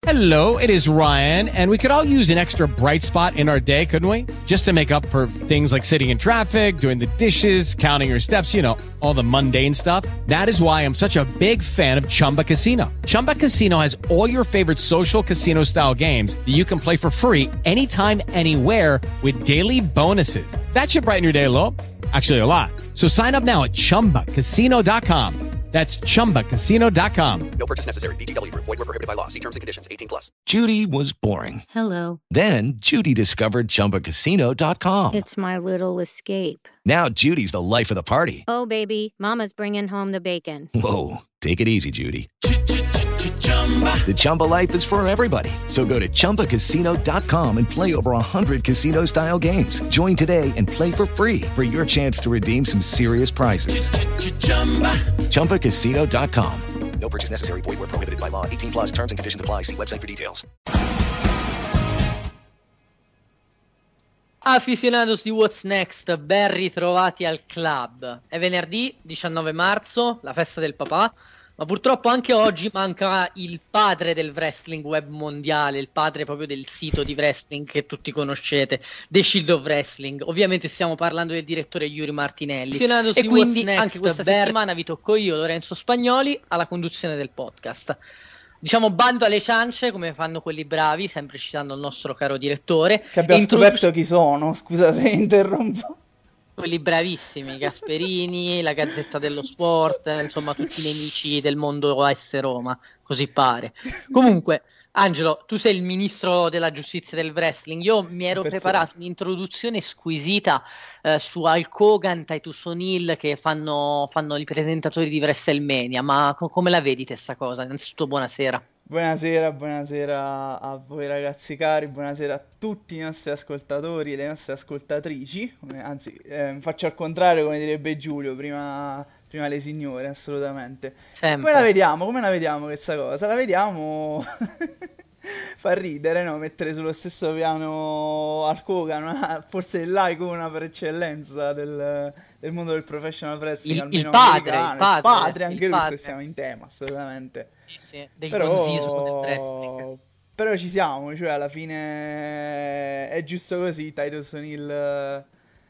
Hello, it is Ryan, and we could all use an extra bright spot in our day, couldn't we? Just to make up for things like sitting in traffic, doing the dishes, counting your steps, you know, all the mundane stuff. That is why I'm such a big fan of Chumba Casino. Chumba Casino has all your favorite social casino-style games that you can play for free anytime, anywhere with daily bonuses. That should brighten your day a little. Actually, a lot. So sign up now at ChumbaCasino.com. That's ChumbaCasino.com. No purchase necessary. VGW Group. Void where prohibited by law. See terms and conditions. 18+. Judy was boring. Hello. Then Judy discovered ChumbaCasino.com. It's my little escape. Now Judy's the life of the party. Oh, baby, mama's bringing home the bacon. Whoa, take it easy, Judy. The Chumba life is for everybody. So go to ChumbaCasino.com and play over 100 casino-style games. Join today and play for free for your chance to redeem some serious prizes. ChumbaCasino.com. No purchase necessary. Void where prohibited by law. 18+. Terms and conditions apply. See website for details. Aficionados di What's Next, ben ritrovati al club. È venerdì 19 marzo, la festa del papà. Ma purtroppo anche oggi manca il padre del wrestling web mondiale, il padre proprio del sito di wrestling che tutti conoscete, The Shield of Wrestling. Ovviamente stiamo parlando del direttore Yuri Martinelli. E quindi anche questa settimana vi tocco io, Lorenzo Spagnoli, alla conduzione del podcast. Diciamo bando alle ciance, come fanno quelli bravi, sempre citando il nostro caro direttore. Che abbiamo scoperto chi sono, scusa se interrompo. Quelli bravissimi, Gasperini, la Gazzetta dello Sport, insomma tutti i nemici del mondo AS Roma, così pare. Comunque, Angelo, tu sei il ministro della giustizia del wrestling. Io mi ero preparato un'introduzione squisita su Hulk Hogan, Titus O'Neil che fanno i presentatori di WrestleMania, ma come la vedi questa cosa? Innanzitutto buonasera. Buonasera a voi ragazzi cari, buonasera a tutti i nostri ascoltatori e le nostre ascoltatrici, anzi faccio al contrario come direbbe Giulio, prima le signore, assolutamente. Sempre. Come la vediamo questa cosa? La vediamo fa ridere, no? Mettere sullo stesso piano Hulk Hogan, forse l'icona per eccellenza del mondo del professional wrestling, il padre anche lui, se siamo in tema, assolutamente. Sì, del gonzismo del wrestling. Però ci siamo, cioè alla fine è giusto così, Titus O'Neil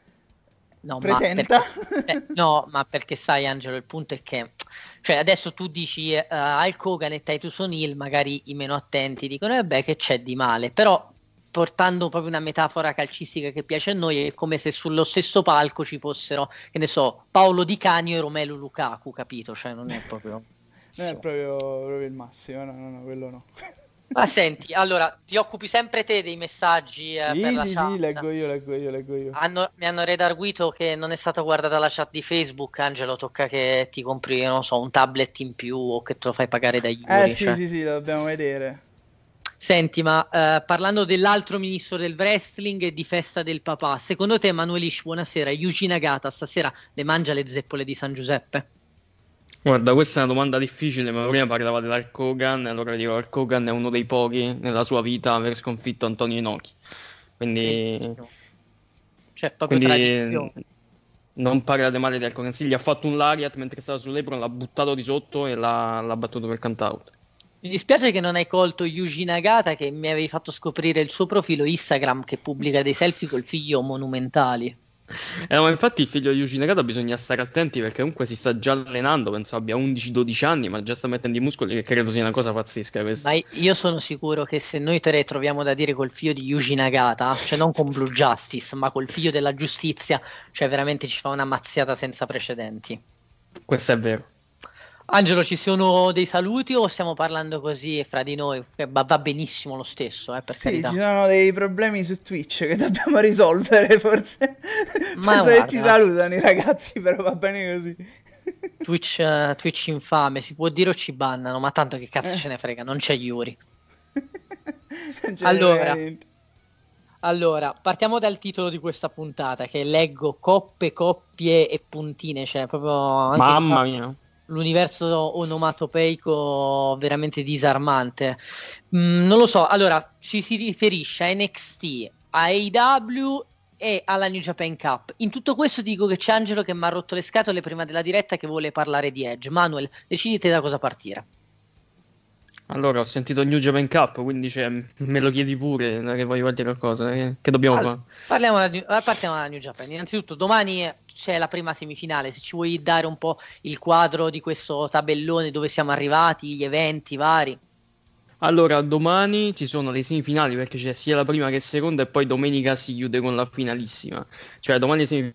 presenta. Ma perché sai Angelo, il punto è che cioè adesso tu dici Hulk Hogan e Titus O'Neil, magari i meno attenti dicono vabbè che c'è di male, però portando proprio una metafora calcistica che piace a noi, è come se sullo stesso palco ci fossero, che ne so, Paolo Di Canio e Romelu Lukaku, capito? Cioè non è proprio... Non è proprio il massimo, no, quello no. Ma senti, allora, ti occupi sempre te dei messaggi per la chat? Sì, leggo io. Mi hanno redarguito che non è stata guardata la chat di Facebook, Angelo, tocca che ti compri, non so, un tablet in più o che te lo fai pagare da Yuri. Sì, lo dobbiamo vedere. Senti, ma parlando dell'altro ministro del wrestling e di festa del papà, secondo te, Emanuelish, buonasera, Yuji Nagata stasera le mangia le zeppole di San Giuseppe? Guarda, questa è una domanda difficile, ma prima parlavate di Hulk Hogan, allora dico Hulk Hogan è uno dei pochi nella sua vita a aver sconfitto Antonio Inoki, quindi proprio tradizione. Non parlate male di Hulk Hogan, sì, gli ha fatto un lariat mentre stava sull'apron, l'ha buttato di sotto e l'ha battuto per count out. Mi dispiace che non hai colto Yuji Nagata, che mi avevi fatto scoprire il suo profilo Instagram che pubblica dei selfie col figlio monumentali. Ma infatti il figlio di Yuji Nagata bisogna stare attenti perché comunque si sta già allenando, penso abbia 11-12 anni, ma già sta mettendo i muscoli, che credo sia una cosa pazzesca questa. Ma io sono sicuro che se noi tre troviamo da dire col figlio di Yuji Nagata, cioè non con Blue Justice, ma col figlio della giustizia, cioè veramente ci fa una mazziata senza precedenti. Questo è vero. Angelo, ci sono dei saluti o stiamo parlando così fra di noi? Va benissimo lo stesso, per carità. Ci sono dei problemi su Twitch che dobbiamo risolvere, forse. Penso che ci salutano i ragazzi, però va bene così. Twitch infame, si può dire o ci bannano, ma tanto che cazzo ce ne frega, non c'è Yuri. Allora, partiamo dal titolo di questa puntata, che leggo coppe, coppie e puntine, cioè proprio... Mamma mia! L'universo onomatopeico veramente disarmante. Non lo so, allora ci si riferisce a NXT, a AEW e alla New Japan Cup. In tutto questo dico che c'è Angelo che mi ha rotto le scatole prima della diretta, che vuole parlare di Edge. Manuel, decidi te da cosa partire. Allora, ho sentito il New Japan Cup, quindi me lo chiedi pure, che voglio dire qualcosa. Che dobbiamo fare? Partiamo dalla New Japan. Innanzitutto, domani c'è la prima semifinale. Se ci vuoi dare un po' il quadro di questo tabellone, dove siamo arrivati, gli eventi vari. Allora, domani ci sono le semifinali perché c'è sia la prima che la seconda e poi domenica si chiude con la finalissima. Cioè, domani le semifinali.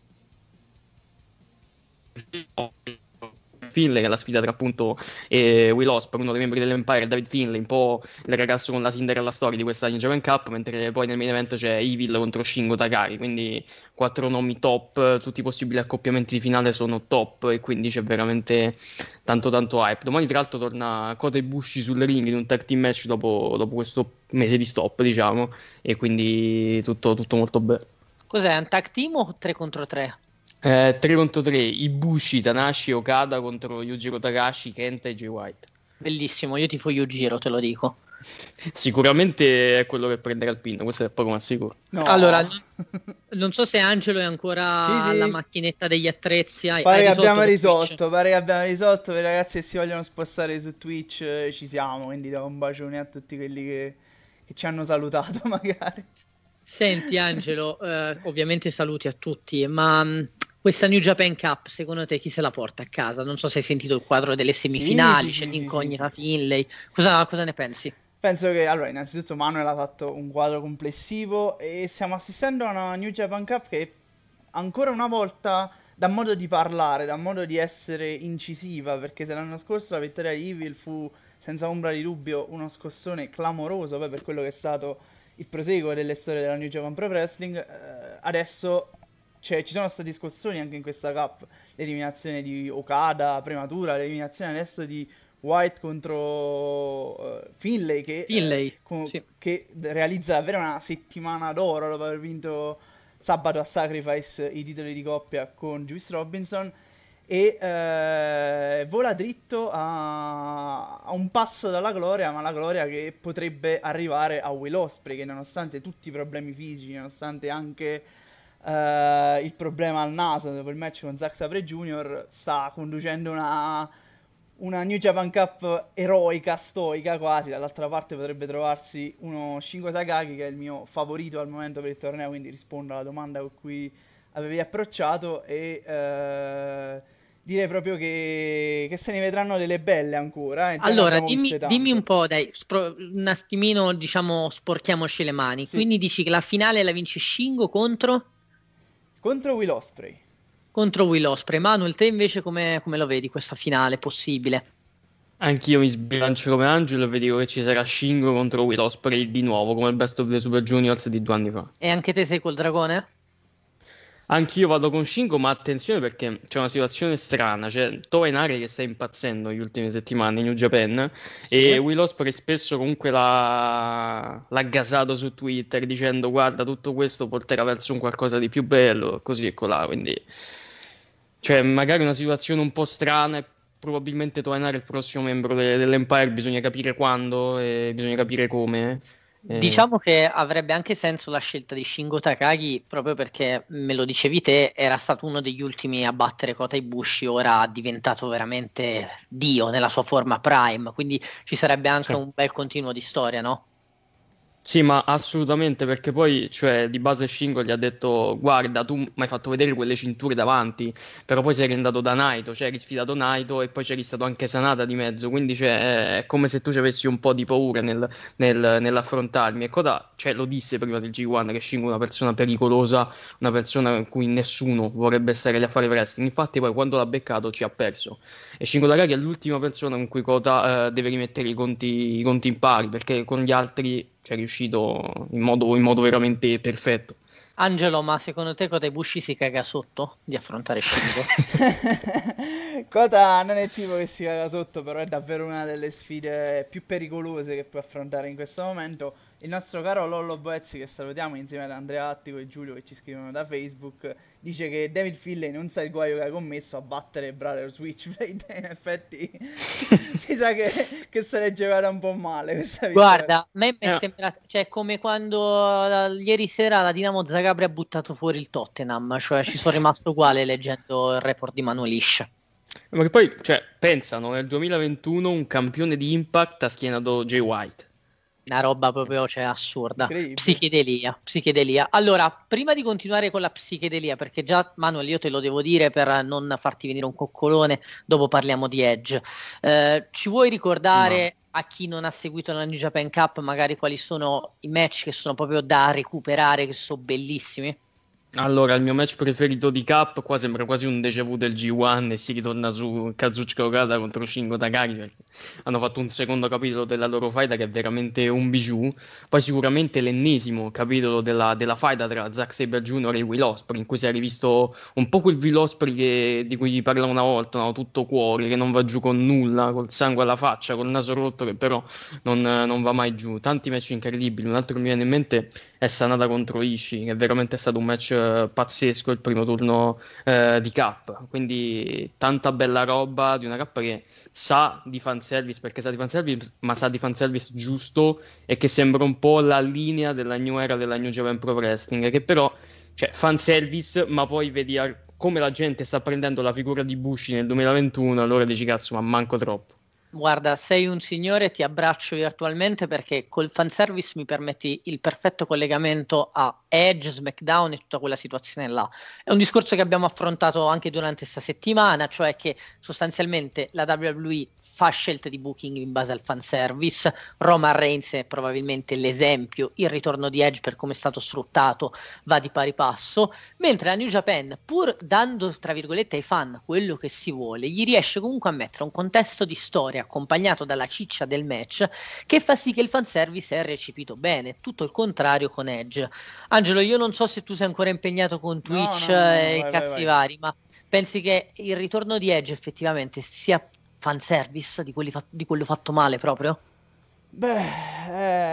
Finlay, che è la sfida tra appunto Will Ospreay, uno dei membri dell'Empire, e David Finlay, un po' il ragazzo con la Cinderella story di questa New Japan Cup, mentre poi nel main event c'è Evil contro Shingo Takagi, quindi 4 nomi top, tutti i possibili accoppiamenti di finale sono top e quindi c'è veramente tanto hype. Domani tra l'altro torna Kota Ibushi sul ring in un tag team match dopo questo mese di stop, diciamo, e quindi tutto molto bello. Cos'è, un tag team o 3 contro 3? 3 contro 3, Ibushi, Tanahashi e Okada contro Yujiro Takahashi, Kenta e Jay White. Bellissimo, io tifo Yujiro, te lo dico. Sicuramente è quello che prenderà il pin, questo è poco ma sicuro. No. Allora, non so se Angelo è ancora Sì. alla macchinetta degli attrezzi. Pare che abbiamo Twitch? risolto, per i ragazzi che si vogliono spostare su Twitch ci siamo, quindi do un bacione a tutti quelli che ci hanno salutato magari. Senti Angelo, ovviamente saluti a tutti, ma questa New Japan Cup, secondo te chi se la porta a casa? Non so se hai sentito il quadro delle semifinali, c'è l'incognita Finlay, cosa ne pensi? Penso che, allora, innanzitutto Manuel ha fatto un quadro complessivo e stiamo assistendo a una New Japan Cup che ancora una volta dà modo di parlare, dà modo di essere incisiva, perché se l'anno scorso la vittoria di Evil fu senza ombra di dubbio uno scossone clamoroso poi per quello che è stato il proseguo delle storie della New Japan Pro Wrestling, adesso ci sono stati scossoni anche in questa Cup, l'eliminazione di Okada prematura, l'eliminazione adesso di White contro Finlay che realizza davvero una settimana d'oro dopo aver vinto sabato a Sacrifice i titoli di coppia con Juice Robinson e vola dritto a un passo dalla gloria, ma la gloria che potrebbe arrivare a Will Ospreay, che nonostante tutti i problemi fisici, nonostante anche il problema al naso dopo il match con Zack Sabre Jr., sta conducendo una New Japan Cup eroica, stoica quasi. Dall'altra parte potrebbe trovarsi uno Shingo Takagi, che è il mio favorito al momento per il torneo, quindi rispondo alla domanda con cui avevi approcciato e direi proprio che se ne vedranno delle belle ancora. Allora, dimmi un po', dai, un attimino, diciamo, sporchiamoci le mani. Sì. Quindi dici che la finale la vince Shingo contro Will Ospreay. Contro Will Ospreay. Manuel, te invece come lo vedi questa finale possibile? Anch'io mi sbilancio come Angelo e dico che ci sarà Shingo contro Will Ospreay di nuovo, come il Best of the Super Juniors di 2 anni fa. E anche te sei col dragone? Anch'io vado con Shingo, ma attenzione perché c'è una situazione strana, c'è Toa Henare che sta impazzendo negli ultime settimane in New Japan, sì. E Will Ospreay spesso comunque l'ha gasato su Twitter dicendo guarda tutto questo porterà verso un qualcosa di più bello, così e colà, quindi cioè magari una situazione un po' strana e probabilmente Toa Henare è il prossimo membro dell'Empire, bisogna capire quando e bisogna capire come. Diciamo che avrebbe anche senso la scelta di Shingo Takagi, proprio perché, me lo dicevi te, era stato uno degli ultimi a battere Kota Ibushi, ora ha diventato veramente Dio nella sua forma prime, quindi ci sarebbe anche un bel continuo di storia, no? Sì, ma assolutamente, perché poi, cioè, di base Shingo gli ha detto guarda, tu mi hai fatto vedere quelle cinture davanti, però poi sei andato da Naito, cioè eri sfidato Naito e poi c'eri stato anche Sanada di mezzo, quindi cioè, è come se tu ci avessi un po' di paura nell'affrontarmi. E Kota, cioè, lo disse prima del G1 che Shingo è una persona pericolosa, una persona con cui nessuno vorrebbe stare lì a fare wrestling, infatti poi quando l'ha beccato ci ha perso. E Shingo Takagi è l'ultima persona con cui Kota deve rimettere i conti in pari, perché con gli altri è riuscito in modo veramente perfetto. Angelo, ma secondo te Kota Ibushi si caga sotto di affrontare Shingo? Kota non è il tipo che si caga sotto, però è davvero una delle sfide più pericolose che può affrontare in questo momento. Il nostro caro Lollo Boezzi, che salutiamo insieme ad Andrea Attico e Giulio che ci scrivono da Facebook, dice che David Finlay non sa il guaio che ha commesso a battere Brother Switchblade. In effetti mi sa che se l'è giocata un po' male questa Guarda, a me è sembrato, cioè, come quando ieri sera la Dinamo Zagabria ha buttato fuori il Tottenham, cioè ci sono rimasto uguale leggendo il report di Manuel Ish. Perché poi, cioè, pensano, nel 2021 un campione di Impact ha schienato Jay White. Una roba proprio, cioè, assurda. Incredibile. Psichedelia. Allora, prima di continuare con la psichedelia, perché già, Manuel, io te lo devo dire per non farti venire un coccolone, dopo parliamo di Edge. Ci vuoi ricordare a chi non ha seguito la New Japan Cup magari quali sono i match che sono proprio da recuperare, che sono bellissimi? Allora, il mio match preferito di Cup qua sembra quasi un déjà vu del G1 e si ritorna su Kazuchika Okada contro Shingo Takagi, perché hanno fatto un secondo capitolo della loro faida che è veramente un bijou. Poi sicuramente l'ennesimo capitolo della faida tra Zack Sabre Jr. e Will Ospreay, in cui si è rivisto un po' quel Will Ospreay di cui parlavo una volta, no? Tutto cuore, che non va giù con nulla, col sangue alla faccia, col naso rotto, che però non va mai giù. Tanti match incredibili. Un altro che mi viene in mente è Sanada contro Ishii, che è veramente stato un match pazzesco il primo turno di Cup. Quindi tanta bella roba di una Cup che sa di fanservice, perché sa di fanservice, ma sa di fanservice giusto, e che sembra un po' la linea della new era della New Japan Pro Wrestling, che però, cioè, fanservice, ma poi vedi come la gente sta prendendo la figura di Bushi nel 2021, allora dici cazzo, ma manco troppo. Guarda, sei un signore, ti abbraccio virtualmente perché col fanservice mi permetti il perfetto collegamento a Edge, SmackDown e tutta quella situazione là. È un discorso che abbiamo affrontato anche durante questa settimana, cioè che sostanzialmente la WWE fa scelte di booking in base al fanservice. Roman Reigns è probabilmente l'esempio, il ritorno di Edge per come è stato sfruttato va di pari passo, mentre la New Japan, pur dando tra virgolette ai fan quello che si vuole, gli riesce comunque a mettere un contesto di storia accompagnato dalla ciccia del match che fa sì che il fanservice è recepito bene, tutto il contrario con Edge. Angelo, io non so se tu sei ancora impegnato con Twitch e i cazzi vari, ma pensi che il ritorno di Edge effettivamente sia fanservice di quello fatto male proprio? Beh,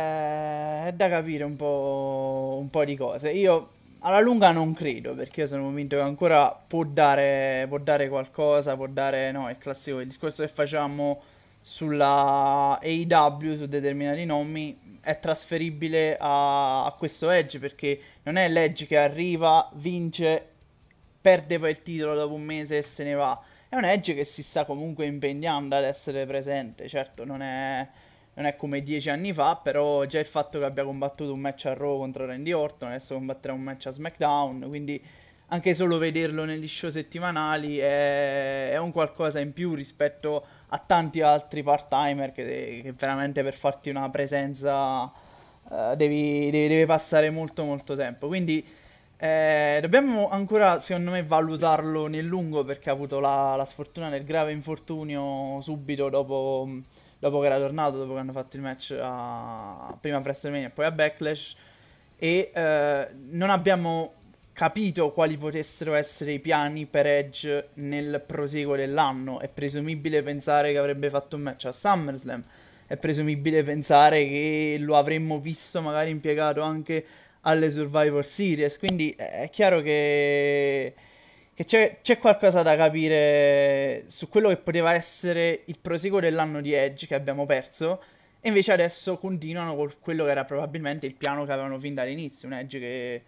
è da capire un po' di cose. Io alla lunga non credo, perché io sono convinto che ancora può dare qualcosa, può dare, no, il classico, il discorso che facciamo sulla AEW, su determinati nomi, è trasferibile a questo Edge, perché non è l'Edge che arriva, vince, perde poi il titolo dopo un mese e se ne va. È un Edge che si sta comunque impegnando ad essere presente. Certo, non è come 10 anni fa, però già il fatto che abbia combattuto un match a Raw contro Randy Orton, adesso combatterà un match a SmackDown, quindi anche solo vederlo negli show settimanali è un qualcosa in più rispetto a tanti altri part-timer che veramente per farti una presenza devi passare molto molto tempo. Quindi dobbiamo ancora, secondo me, valutarlo nel lungo, perché ha avuto la sfortuna del grave infortunio subito dopo che era tornato, dopo che hanno fatto il match prima a WrestleMania e poi a Backlash, e non abbiamo capito quali potessero essere i piani per Edge nel proseguo dell'anno. È presumibile pensare che avrebbe fatto un match a SummerSlam, è presumibile pensare che lo avremmo visto magari impiegato anche alle Survivor Series, quindi è chiaro che c'è qualcosa da capire su quello che poteva essere il proseguo dell'anno di Edge che abbiamo perso, e invece adesso continuano con quello che era probabilmente il piano che avevano fin dall'inizio, un Edge che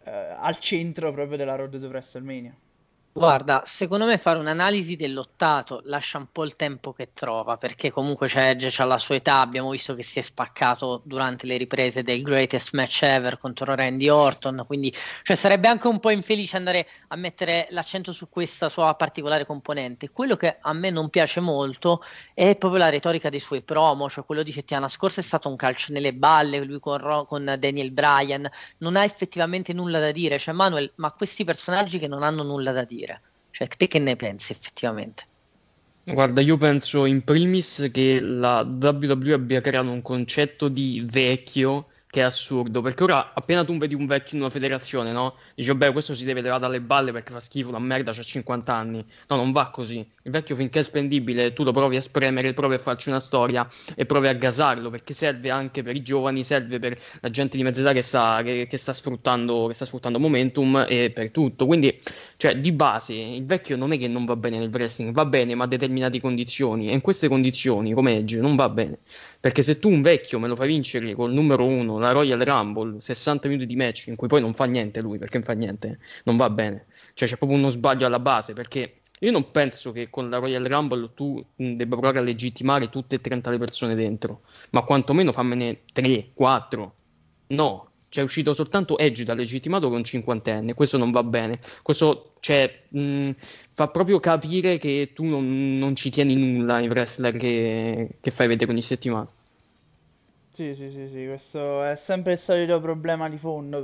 al centro proprio della Road to WrestleMania. Guarda, secondo me fare un'analisi dell'ottato lascia un po' il tempo che trova, perché comunque c'è Edge, c'ha la sua età, abbiamo visto che si è spaccato durante le riprese del Greatest Match Ever contro Randy Orton, quindi cioè, sarebbe anche un po' infelice andare a mettere l'accento su questa sua particolare componente. Quello che a me non piace molto è proprio la retorica dei suoi promo, cioè quello di settimana scorsa è stato un calcio nelle balle, lui con Daniel Bryan, non ha effettivamente nulla da dire, cioè Manuel, ma questi personaggi che non hanno nulla da dire, cioè te che ne pensi effettivamente? Guarda, io penso in primis che la WWE abbia creato un concetto di vecchio che è assurdo, perché ora appena tu vedi un vecchio in una federazione, no? Dici, vabbè, questo si deve levare dalle balle perché fa schifo, una merda, c'ha 50 anni. No, non va così. Il vecchio finché è spendibile, tu lo provi a spremere, provi a farci una storia e provi a gasarlo, perché serve anche per i giovani, serve per la gente di mezza età che sta sfruttando momentum e per tutto. Quindi, cioè, di base, il vecchio non è che non va bene nel wrestling, va bene, ma a determinate condizioni. E in queste condizioni, come Edge, non va bene. Perché se tu un vecchio me lo fai vincere col numero 1, la Royal Rumble, 60 minuti di match in cui poi non fa niente lui, perché non fa niente, non va bene. Cioè c'è proprio uno sbaglio alla base, perché Io non penso che con la Royal Rumble tu debba provare a legittimare tutte e 30 le persone dentro, ma quantomeno fammene 3, 4. No, c'è uscito soltanto Edge da legittimato con 50enne, questo non va bene. Questo, cioè, fa proprio capire che tu non ci tieni nulla ai wrestler che fai vedere ogni settimana. Sì, questo è sempre il solito problema di fondo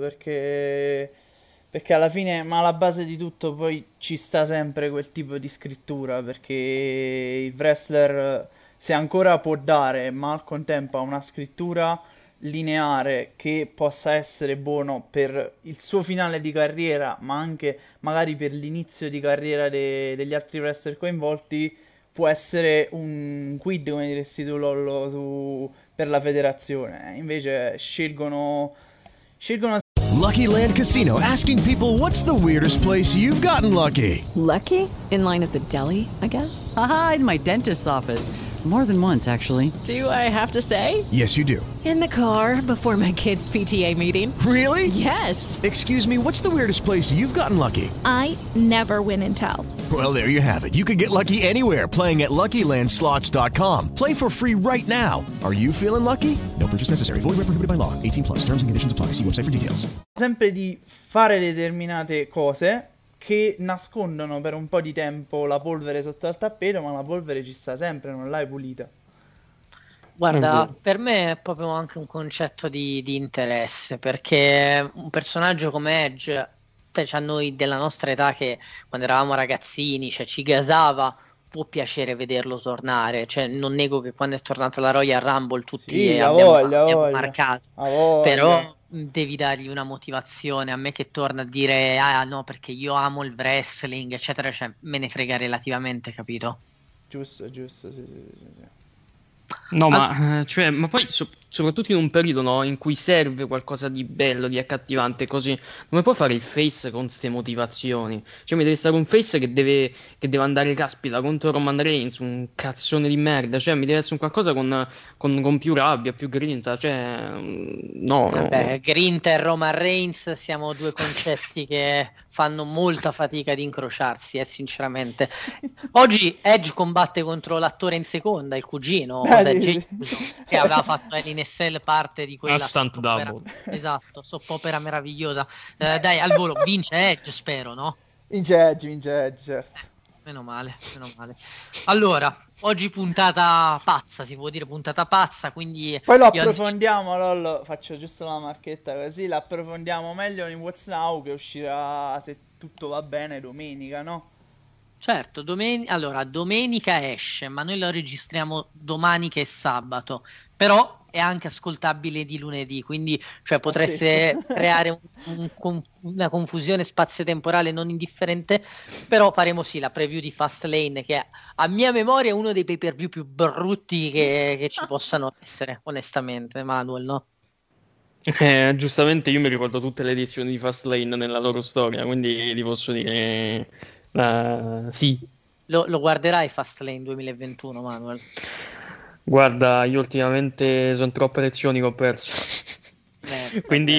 perché alla fine, ma alla base di tutto poi ci sta sempre quel tipo di scrittura, perché il wrestler se ancora può dare, ma al contempo ha una scrittura lineare che possa essere buono per il suo finale di carriera, ma anche magari per l'inizio di carriera degli altri wrestler coinvolti, può essere un quid, come diresti tu, Lollo, per la federazione. Invece scelgono Lucky Land Casino, asking people, what's the weirdest place you've gotten lucky? Lucky? In line at the deli, I guess? Aha, in my dentist's office. More than once, actually. Do I have to say? Yes, you do. In the car before my kids' PTA meeting. Really? Yes. Excuse me, what's the weirdest place you've gotten lucky? I never win and tell. Well, there you have it. You can get lucky anywhere, playing at LuckyLandSlots.com. Play for free right now. Are you feeling lucky? No purchase necessary. Void where prohibited by law. 18+. Terms and conditions apply. See website for details. sempre di fare determinate cose che nascondono per un po' di tempo la polvere sotto al tappeto, ma la polvere ci sta sempre, non l'hai pulita. Guarda, per me è proprio anche un concetto di interesse, perché un personaggio come Edge, specie a noi della nostra età che quando eravamo ragazzini, cioè, ci gasava, può piacere vederlo tornare. Cioè, non nego che quando è tornata la Royal Rumble tutti Sì, abbiamo marcato, voglia. però devi dargli una motivazione. A me che torna a dire ah no perché io amo il wrestling eccetera, cioè me ne frega relativamente, capito? Giusto, sì. No, ma poi soprattutto in un periodo, no, in cui serve qualcosa di bello, di accattivante, così come puoi fare il face con ste motivazioni? Cioè, mi deve stare un face che deve andare, caspita, contro Roman Reigns, un cazzone di merda. Cioè, mi deve essere un qualcosa con più rabbia, più grinta. Cioè, no. Vabbè, grinta e Roman Reigns siamo due concetti che fanno molta fatica ad incrociarsi, sinceramente. Oggi Edge combatte contro l'attore in seconda, il cugino, che aveva fatto in SL parte di quella stunt double. Esatto, soppopera meravigliosa. Dai, al volo vince Edge, spero, no? Vince Edge, certo. Meno male. Allora, oggi puntata pazza, si può dire puntata pazza, quindi poi lo approfondiamo, Lollo, faccio giusto la marchetta così, la approfondiamo meglio in What's Now, che uscirà, se tutto va bene, domenica, no? Certo, domenica esce, ma noi lo registriamo domani che è sabato, però è anche ascoltabile di lunedì, quindi cioè, potreste creare una confusione spazio-temporale non indifferente, però faremo sì la preview di Fastlane, che a mia memoria è uno dei pay-per-view più brutti che ci possano essere, onestamente, Manuel, no? Giustamente io mi ricordo tutte le edizioni di Fastlane nella loro storia, quindi ti posso dire sì. Lo guarderai Fastlane 2021, Manuel? Guarda, io ultimamente sono troppe lezioni che ho perso, quindi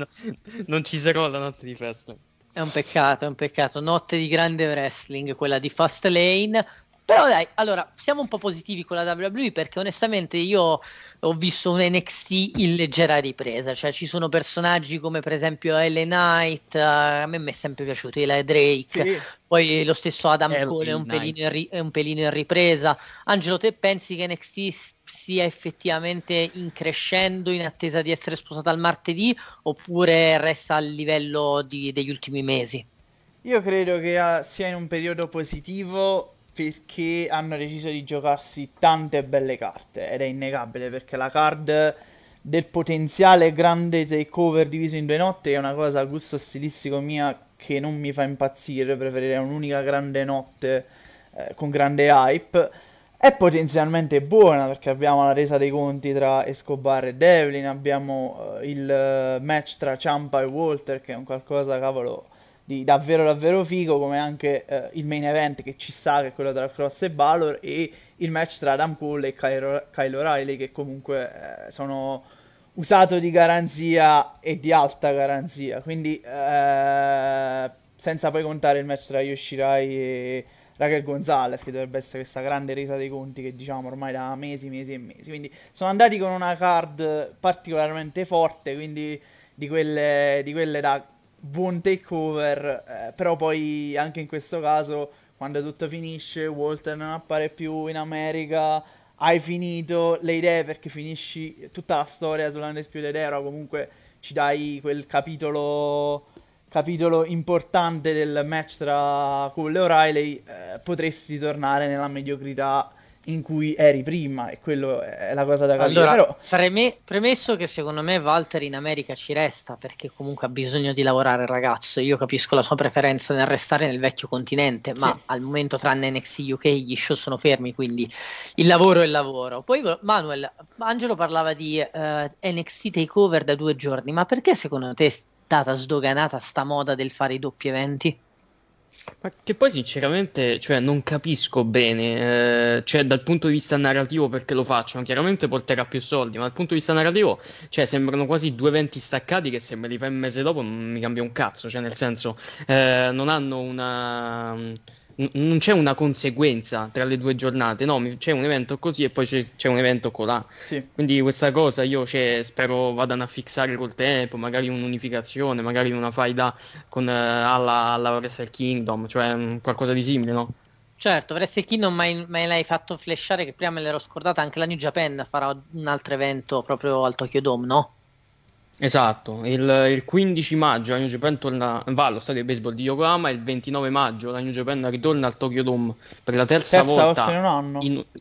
non ci sarò la notte di Fastlane. È un peccato, notte di grande wrestling, quella di Fastlane. Però dai, allora, siamo un po' positivi con la WWE, perché onestamente io ho visto un NXT in leggera ripresa, cioè ci sono personaggi come per esempio LA Knight, a me mi è sempre piaciuto Eli Drake, sì. Poi lo stesso Adam Cole è un pelino in ripresa. Angelo, te pensi che NXT sia effettivamente in crescendo in attesa di essere sposato al martedì, oppure resta al livello degli ultimi mesi? Io credo che sia in un periodo positivo, perché hanno deciso di giocarsi tante belle carte, ed è innegabile, perché la card del potenziale grande takeover diviso in 2 notti è una cosa a gusto stilistico mia che non mi fa impazzire. Preferirei un'unica grande notte con grande hype. È potenzialmente buona perché abbiamo la resa dei conti tra Escobar e Devlin, abbiamo il match tra Ciampa e Walter, che è un qualcosa, cavolo, di davvero figo, come anche il main event che ci sta, che è quello tra Cross e Balor, e il match tra Adam Cole e Kyle O'Reilly, che comunque sono usato di garanzia e di alta garanzia, quindi senza poi contare il match tra Yoshirai e Raquel Gonzalez, che dovrebbe essere questa grande resa dei conti che diciamo ormai da mesi e mesi. Quindi sono andati con una card particolarmente forte, quindi di quelle da buon takeover, però poi anche in questo caso, quando tutto finisce, Walter non appare più in America, hai finito le idee perché finisci tutta la storia sull'Undisputed Era, comunque ci dai quel capitolo importante del match tra Cole e O'Reilly, potresti tornare nella mediocrità in cui eri prima, e quello è la cosa da capire. Allora, però premesso che secondo me Walter in America ci resta perché comunque ha bisogno di lavorare il ragazzo, io capisco la sua preferenza nel restare nel vecchio continente, ma al momento tranne NXT UK gli show sono fermi, quindi il lavoro è il lavoro. Poi Manuel, Angelo parlava di NXT Takeover da 2 giorni, ma perché secondo te è stata sdoganata sta moda del fare i doppi eventi? Ma che poi sinceramente, cioè, non capisco bene, cioè dal punto di vista narrativo perché lo facciano. Chiaramente porterà più soldi, ma dal punto di vista narrativo, cioè, sembrano quasi 2 eventi staccati che se me li fai un mese dopo non mi cambia un cazzo, cioè nel senso, non hanno non c'è una conseguenza tra le 2 giornate, no, c'è un evento così e poi c'è un evento colà. Sì. Quindi questa cosa io spero vadano a fissare col tempo, magari un'unificazione, magari una faida con alla Wrestle Kingdom, cioè qualcosa di simile, no? Certo, Wrestle Kingdom mai l'hai fatto flashare, che prima me l'ero scordata, anche la New Japan farà un altro evento proprio al Tokyo Dome, no? Esatto, il 15 maggio la New Japan va allo stadio di baseball di Yokohama e il 29 maggio la New Japan ritorna al Tokyo Dome per la terza volta in un anno,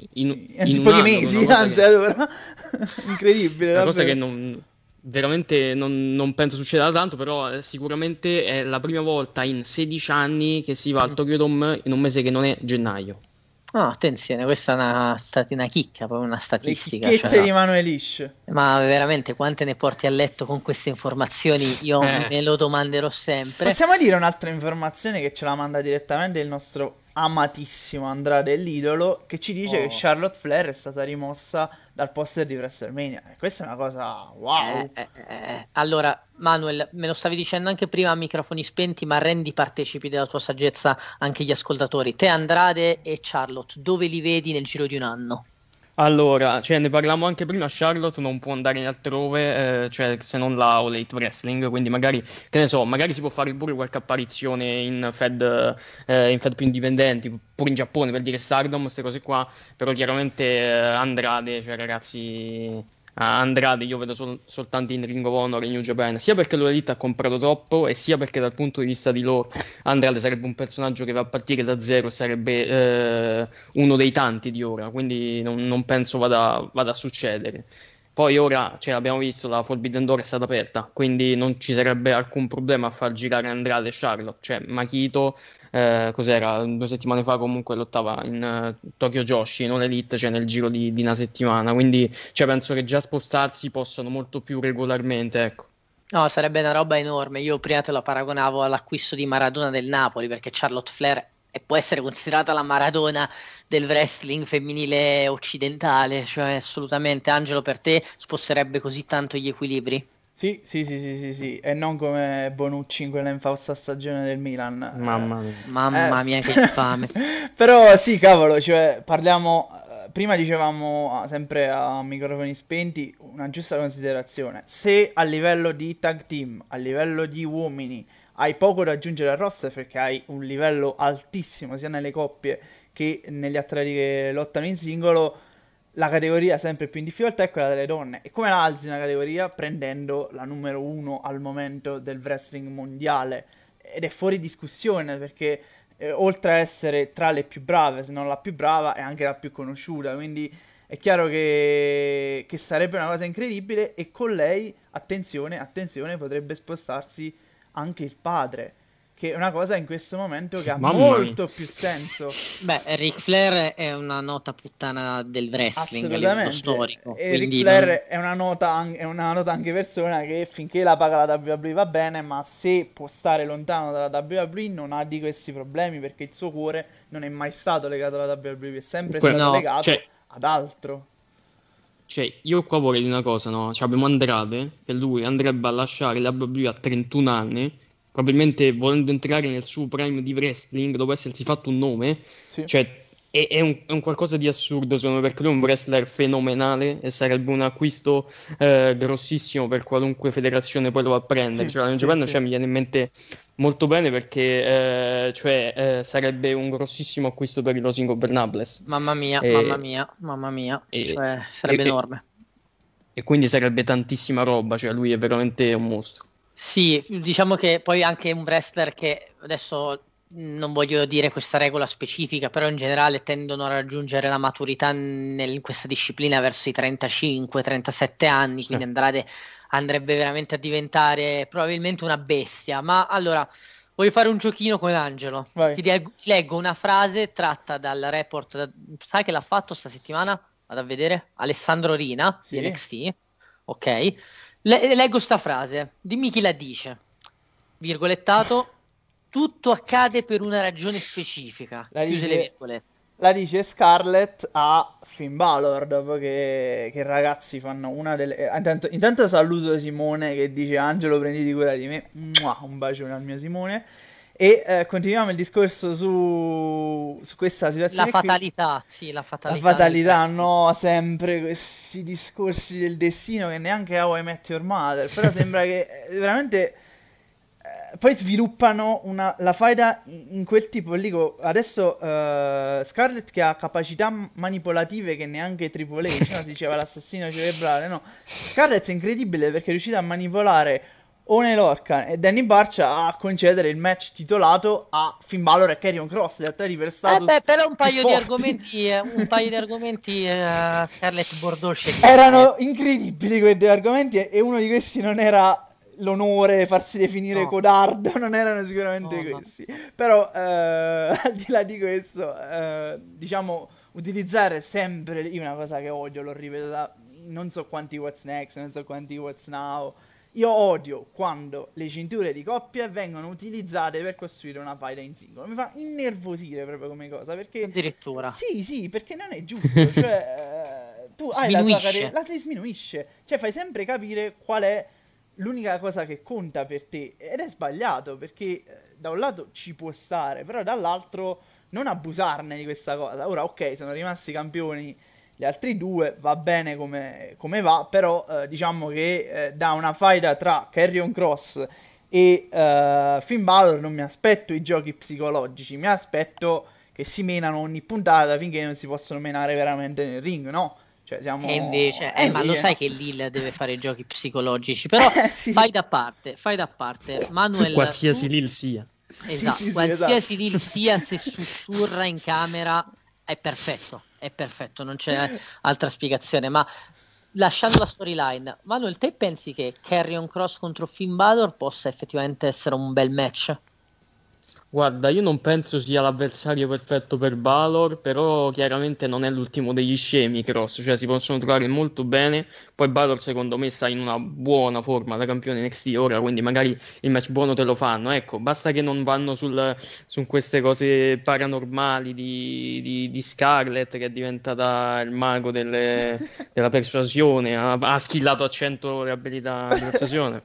in pochi mesi, anzi, allora incredibile, una cosa che veramente non penso succeda tanto, però sicuramente è la prima volta in 16 anni che si va al Tokyo Dome in un mese che non è gennaio. Attenzione, questa è una chicca, proprio una statistica. Le chicchette di Manuel Ish. Ma veramente quante ne porti a letto con queste informazioni? Io me lo domanderò sempre. Possiamo dire un'altra informazione che ce la manda direttamente il nostro amatissimo Andrade, l'idolo, che ci dice che Charlotte Flair è stata rimossa dal poster di WrestleMania. Questa è una cosa wow. Allora, Manuel, me lo stavi dicendo anche prima a microfoni spenti, ma rendi partecipi della tua saggezza anche gli ascoltatori. Te, Andrade e Charlotte, dove li vedi nel giro di un anno? Allora, cioè, ne parlavamo anche prima, Charlotte non può andare altrove, cioè, se non la All Elite Wrestling, quindi magari, che ne so, magari si può fare pure qualche apparizione in Fed più indipendenti, pure in Giappone, per dire Stardom, queste cose qua, però chiaramente Andrade, cioè ragazzi, Andrade io vedo soltanto in Ring of Honor e New Japan, sia perché l'Elite ha comprato troppo e sia perché dal punto di vista di loro Andrade sarebbe un personaggio che va a partire da zero, sarebbe uno dei tanti di ora, quindi non penso vada a succedere. Poi ora, cioè, abbiamo visto, la Forbidden Door è stata aperta, quindi non ci sarebbe alcun problema a far girare Andrade e Charlotte, cioè Makito, cos'era, 2 settimane fa comunque lottava in Tokyo Joshi, non Elite, cioè nel giro di una settimana, quindi cioè, penso che già spostarsi possano molto più regolarmente, ecco. No, sarebbe una roba enorme. Io prima te la paragonavo all'acquisto di Maradona del Napoli, perché Charlotte Flair può essere considerata la Maradona del wrestling femminile occidentale, cioè assolutamente. Angelo, per te sposterebbe così tanto gli equilibri? Sì, e non come Bonucci in quella infausta stagione del Milan. Mamma mia, che infame. Però sì, cavolo, cioè parliamo, prima dicevamo sempre a microfoni spenti una giusta considerazione. Se a livello di tag team, a livello di uomini, hai poco da aggiungere al roster perché hai un livello altissimo sia nelle coppie che negli atleti che lottano in singolo, la categoria sempre più in difficoltà è quella delle donne. E come la alzi una categoria? Prendendo la numero 1 al momento del wrestling mondiale, ed è fuori discussione perché oltre a essere tra le più brave, se non la più brava, è anche la più conosciuta, quindi è chiaro che sarebbe una cosa incredibile. E con lei, attenzione, potrebbe spostarsi anche il padre, che è una cosa in questo momento che ha molto più senso. Beh, Ric Flair è una nota puttana del wrestling a livello storico, e Ric Flair è una nota anche persona che finché la paga la WWE va bene, ma se può stare lontano dalla WWE non ha di questi problemi, perché il suo cuore non è mai stato legato alla WWE, è sempre stato legato ad altro. Cioè, io qua vorrei dire una cosa, no? Cioè, abbiamo Andrade, che lui andrebbe a lasciare la WWE a 31 anni, probabilmente volendo entrare nel suo prime di wrestling, dopo essersi fatto un nome, cioè è un qualcosa di assurdo secondo me, perché lui è un wrestler fenomenale e sarebbe un acquisto grossissimo per qualunque federazione poi lo va a prendere. Cioè, la New Japan cioè, mi viene in mente molto bene perché sarebbe un grossissimo acquisto per i Los Ingobernables. Mamma mia, cioè, sarebbe enorme. E quindi sarebbe tantissima roba, cioè lui è veramente un mostro. Sì, diciamo che poi anche un wrestler che adesso non voglio dire questa regola specifica, però in generale tendono a raggiungere la maturità in questa disciplina verso i 35-37 anni, quindi andrebbe veramente a diventare probabilmente una bestia. Ma allora, voglio fare un giochino con Angelo. Ti leggo una frase tratta dal report, sai che l'ha fatto sta settimana? Vado a vedere, Alessandro Rina di NXT, ok? Leggo sta frase, dimmi chi la dice, virgolettato, tutto accade per una ragione specifica, chiuse le virgolette. La dice Scarlett a Finn Balor, dopo che ragazzi fanno una delle... Intanto saluto Simone che dice Angelo prenditi cura di me, un bacione al mio Simone. E continuiamo il discorso su questa situazione. La fatalità, sì, la fatalità. La fatalità, no, sempre questi discorsi del destino che neanche How I Met Your Mother, però sembra che veramente poi sviluppano la faida in quel tipo lì. Adesso Scarlett che ha capacità manipolative che neanche Triple H, no? Si diceva l'assassino cerebrale, no? Scarlett è incredibile perché è riuscita a manipolare Oney Lorcan e Danny Burch a concedere il match titolato a Finn Balor e Karrion Kross, in realtà per status però un paio di argomenti Scarlett Bordeaux erano incredibili quei due argomenti, e uno di questi non era l'onore, farsi definire codardo, non erano sicuramente questi. Però al di là di questo, diciamo, utilizzare sempre, io una cosa che odio, l'ho ripetuta non so quanti What's Next, non so quanti What's Now. Io odio quando le cinture di coppia vengono utilizzate per costruire una faida in singolo. Mi fa innervosire proprio come cosa, perché addirittura sì, perché non è giusto. Cioè, tu hai la tua carriera, la ti sminuisce. Cioè, fai sempre capire qual è l'unica cosa che conta per te, ed è sbagliato, perché da un lato ci può stare, però dall'altro non abusarne di questa cosa. Ora, ok, sono rimasti campioni gli altri due, va bene come va, però diciamo che da una faida tra Karrion Kross e Finn Balor non mi aspetto i giochi psicologici, mi aspetto che si menano ogni puntata finché non si possono menare veramente nel ring, no? Cioè siamo... E invece, ma lo sai che Lil deve fare giochi psicologici, però sì. fai da parte, Manuel, qualsiasi Lil sia. Esatto, sì, qualsiasi esatto. Lil sia, se sussurra in camera è perfetto, non c'è altra spiegazione. Ma lasciando la storyline, Manuel, te pensi che Karrion Kross contro Finn Balor possa effettivamente essere un bel match? Guarda, io non penso sia l'avversario perfetto per Balor, però chiaramente non è l'ultimo degli scemi Kross, cioè si possono trovare molto bene. Poi Balor secondo me sta in una buona forma da campione NXT ora, quindi magari il match buono te lo fanno, ecco, basta che non vanno su queste cose paranormali di Scarlett, che è diventata il mago della persuasione, ha schillato a 100 le abilità di persuasione.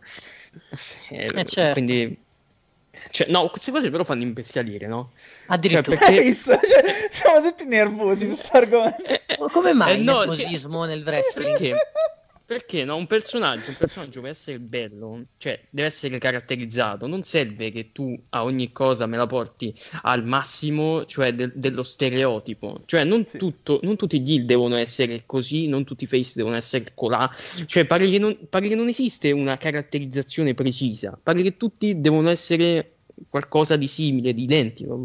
Certo. Quindi... Cioè, no, queste cose però fanno imbestialire, no? Addirittura. Cioè, perché... Cioè, siamo tutti nervosi su questo argomento. Come mai il nervosismo nel wrestling? Perché no? Un personaggio per essere bello, cioè deve essere caratterizzato. Non serve che tu a ogni cosa me la porti al massimo, cioè dello stereotipo. Cioè non tutti gli heel devono essere così, non tutti i face devono essere colà. Cioè pare che non esiste una caratterizzazione precisa. Pare che tutti devono essere qualcosa di simile, di identico.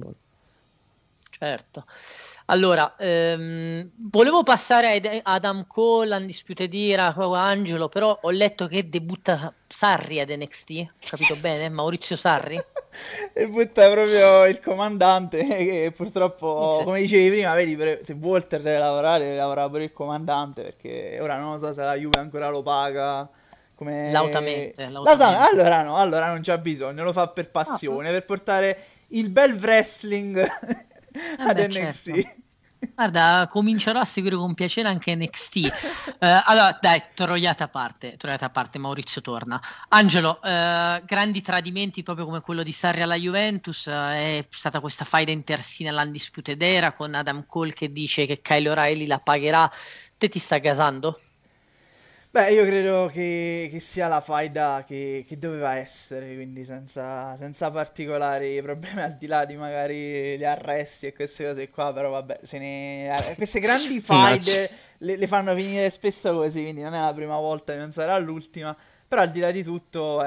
Certo. Allora, volevo passare ad Adam Cole, Undisputed Era, Angelo, però ho letto che debutta Sarri ad NXT, capito bene? Maurizio Sarri? Debutta proprio il comandante, che purtroppo, come dicevi prima, vedi, se Walter deve lavorare pure il comandante, perché ora non so se la Juve ancora lo paga. Lautamente. Allora non c'ha bisogno, lo fa per passione, per portare il bel wrestling ad NXT. Certo. Guarda, comincerò a seguire con piacere anche NXT. Allora, dai, troiate a parte, Maurizio torna. Angelo, grandi tradimenti proprio come quello di Sarri alla Juventus, è stata questa faida intersina all'Undisputed Era con Adam Cole che dice che Kyle O'Reilly la pagherà. Te ti sta gasando? Beh, io credo che sia la faida che doveva essere, quindi senza particolari problemi, al di là di magari gli arresti e queste cose qua, però vabbè, queste grandi faide le fanno finire spesso così, quindi non è la prima volta e non sarà l'ultima, però al di là di tutto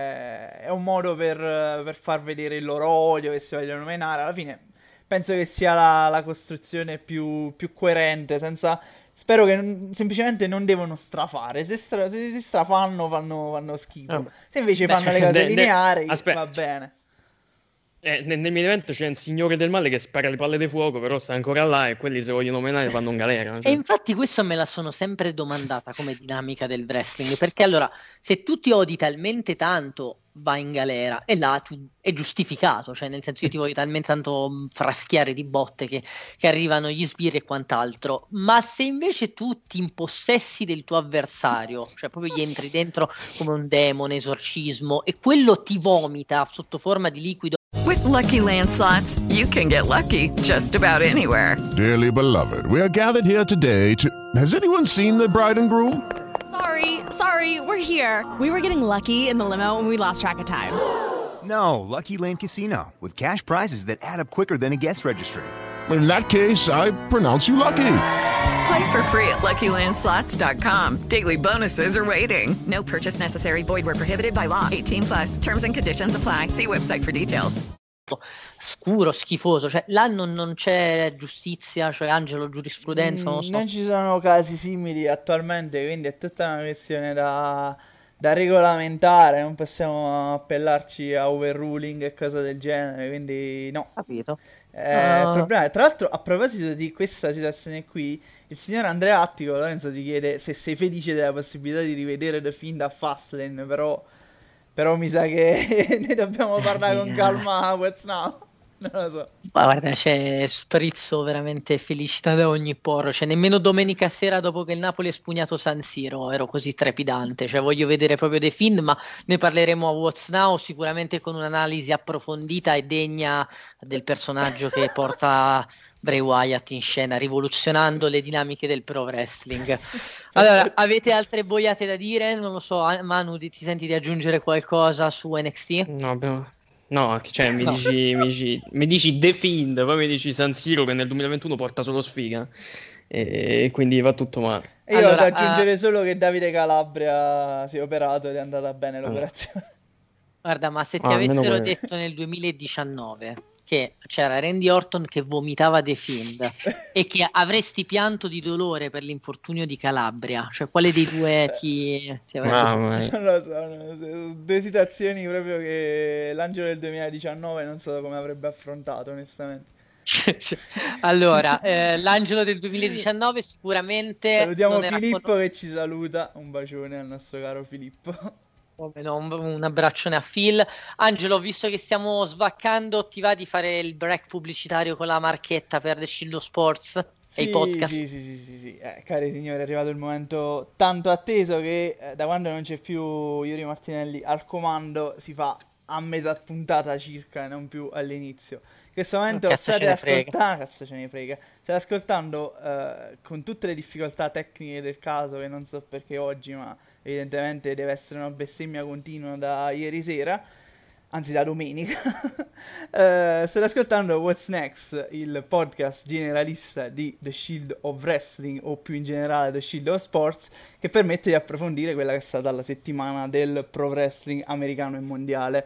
è un modo per far vedere il loro odio che si vogliono menare. Alla fine penso che sia la costruzione più coerente, spero che semplicemente non devono strafare. Se si strafanno fanno schifo. Se invece fanno le cose lineari, va bene. Nel mio evento c'è un signore del male che spara le palle di fuoco, però sta ancora là e quelli se vogliono menare vanno in galera. E infatti questo me la sono sempre domandata come dinamica del wrestling, perché allora se tu ti odi talmente tanto vai in galera e là è giustificato, cioè nel senso io ti voglio talmente tanto fraschiare di botte che arrivano gli sbirri e quant'altro, ma se invece tu ti impossessi del tuo avversario, cioè proprio gli entri dentro come un demone, esorcismo, e quello ti vomita sotto forma di liquido. With Lucky Land Slots, you can get lucky just about anywhere. Dearly beloved, we are gathered here today to... Has anyone seen the bride and groom? Sorry, we're here. We were getting lucky in the limo and we lost track of time. No, Lucky Land Casino, with cash prizes that add up quicker than a guest registry. In that case, I pronounce you lucky. Play for free at LuckyLandSlots.com. Daily bonuses are waiting. No purchase necessary. Void where prohibited by law. 18+. Terms and conditions apply. See website for details. Scuro, schifoso, cioè là non c'è giustizia, cioè Angelo, giurisprudenza, non lo so. Non ci sono casi simili attualmente, quindi è tutta una questione da regolamentare, non possiamo appellarci a overruling e cose del genere, quindi no. Capito. Il problema è, tra l'altro, a proposito di questa situazione qui, il signor Andrea Attico, Lorenzo, ti chiede se sei felice della possibilità di rivedere The Fiend a Fastlane, però mi sa che ne dobbiamo parlare con calma. What's now? Non lo so. Ma guarda, c'è sprizzo veramente felicità da ogni poro, cioè nemmeno domenica sera dopo che il Napoli ha spugnato San Siro ero così trepidante, cioè voglio vedere proprio The Fiend, ma ne parleremo a What's Now sicuramente con un'analisi approfondita e degna del personaggio che porta Bray Wyatt in scena, rivoluzionando le dinamiche del pro wrestling. Allora, avete altre boiate da dire? Non lo so, Manu, ti senti di aggiungere qualcosa su NXT? No, cioè mi dici The Fiend, poi mi dici San Siro che nel 2021 porta solo sfiga e quindi va tutto male. E io devo aggiungere solo che Davide Calabria si è operato ed è andata bene l'operazione. Guarda, ma se ti avessero detto nel 2019 che c'era Randy Orton che vomitava The Fiend e che avresti pianto di dolore per l'infortunio di Calabria, cioè quale dei due ti avrebbe... Non lo so, due situazioni proprio che l'Angelo del 2019 non so come avrebbe affrontato, onestamente. Allora, l'Angelo del 2019 sicuramente... Salutiamo Filippo che ci saluta, un bacione al nostro caro Filippo. Un abbraccione a Phil. Angelo, visto che stiamo svaccando, ti va di fare il break pubblicitario con la marchetta per The Shield of Sports e i podcast? Sì. Cari signori, è arrivato il momento tanto atteso che da quando non c'è più Yuri Martinelli al comando si fa a metà puntata circa, non più all'inizio. In questo momento state ascoltando, cazzo ce ne frega, state ascoltando con tutte le difficoltà tecniche del caso, che non so perché oggi, ma evidentemente deve essere una bestemmia continua da ieri sera, anzi da domenica. State ascoltando What's Next, il podcast generalista di The Shield of Wrestling, o più in generale The Shield of Sports, che permette di approfondire quella che è stata la settimana del pro wrestling americano e mondiale.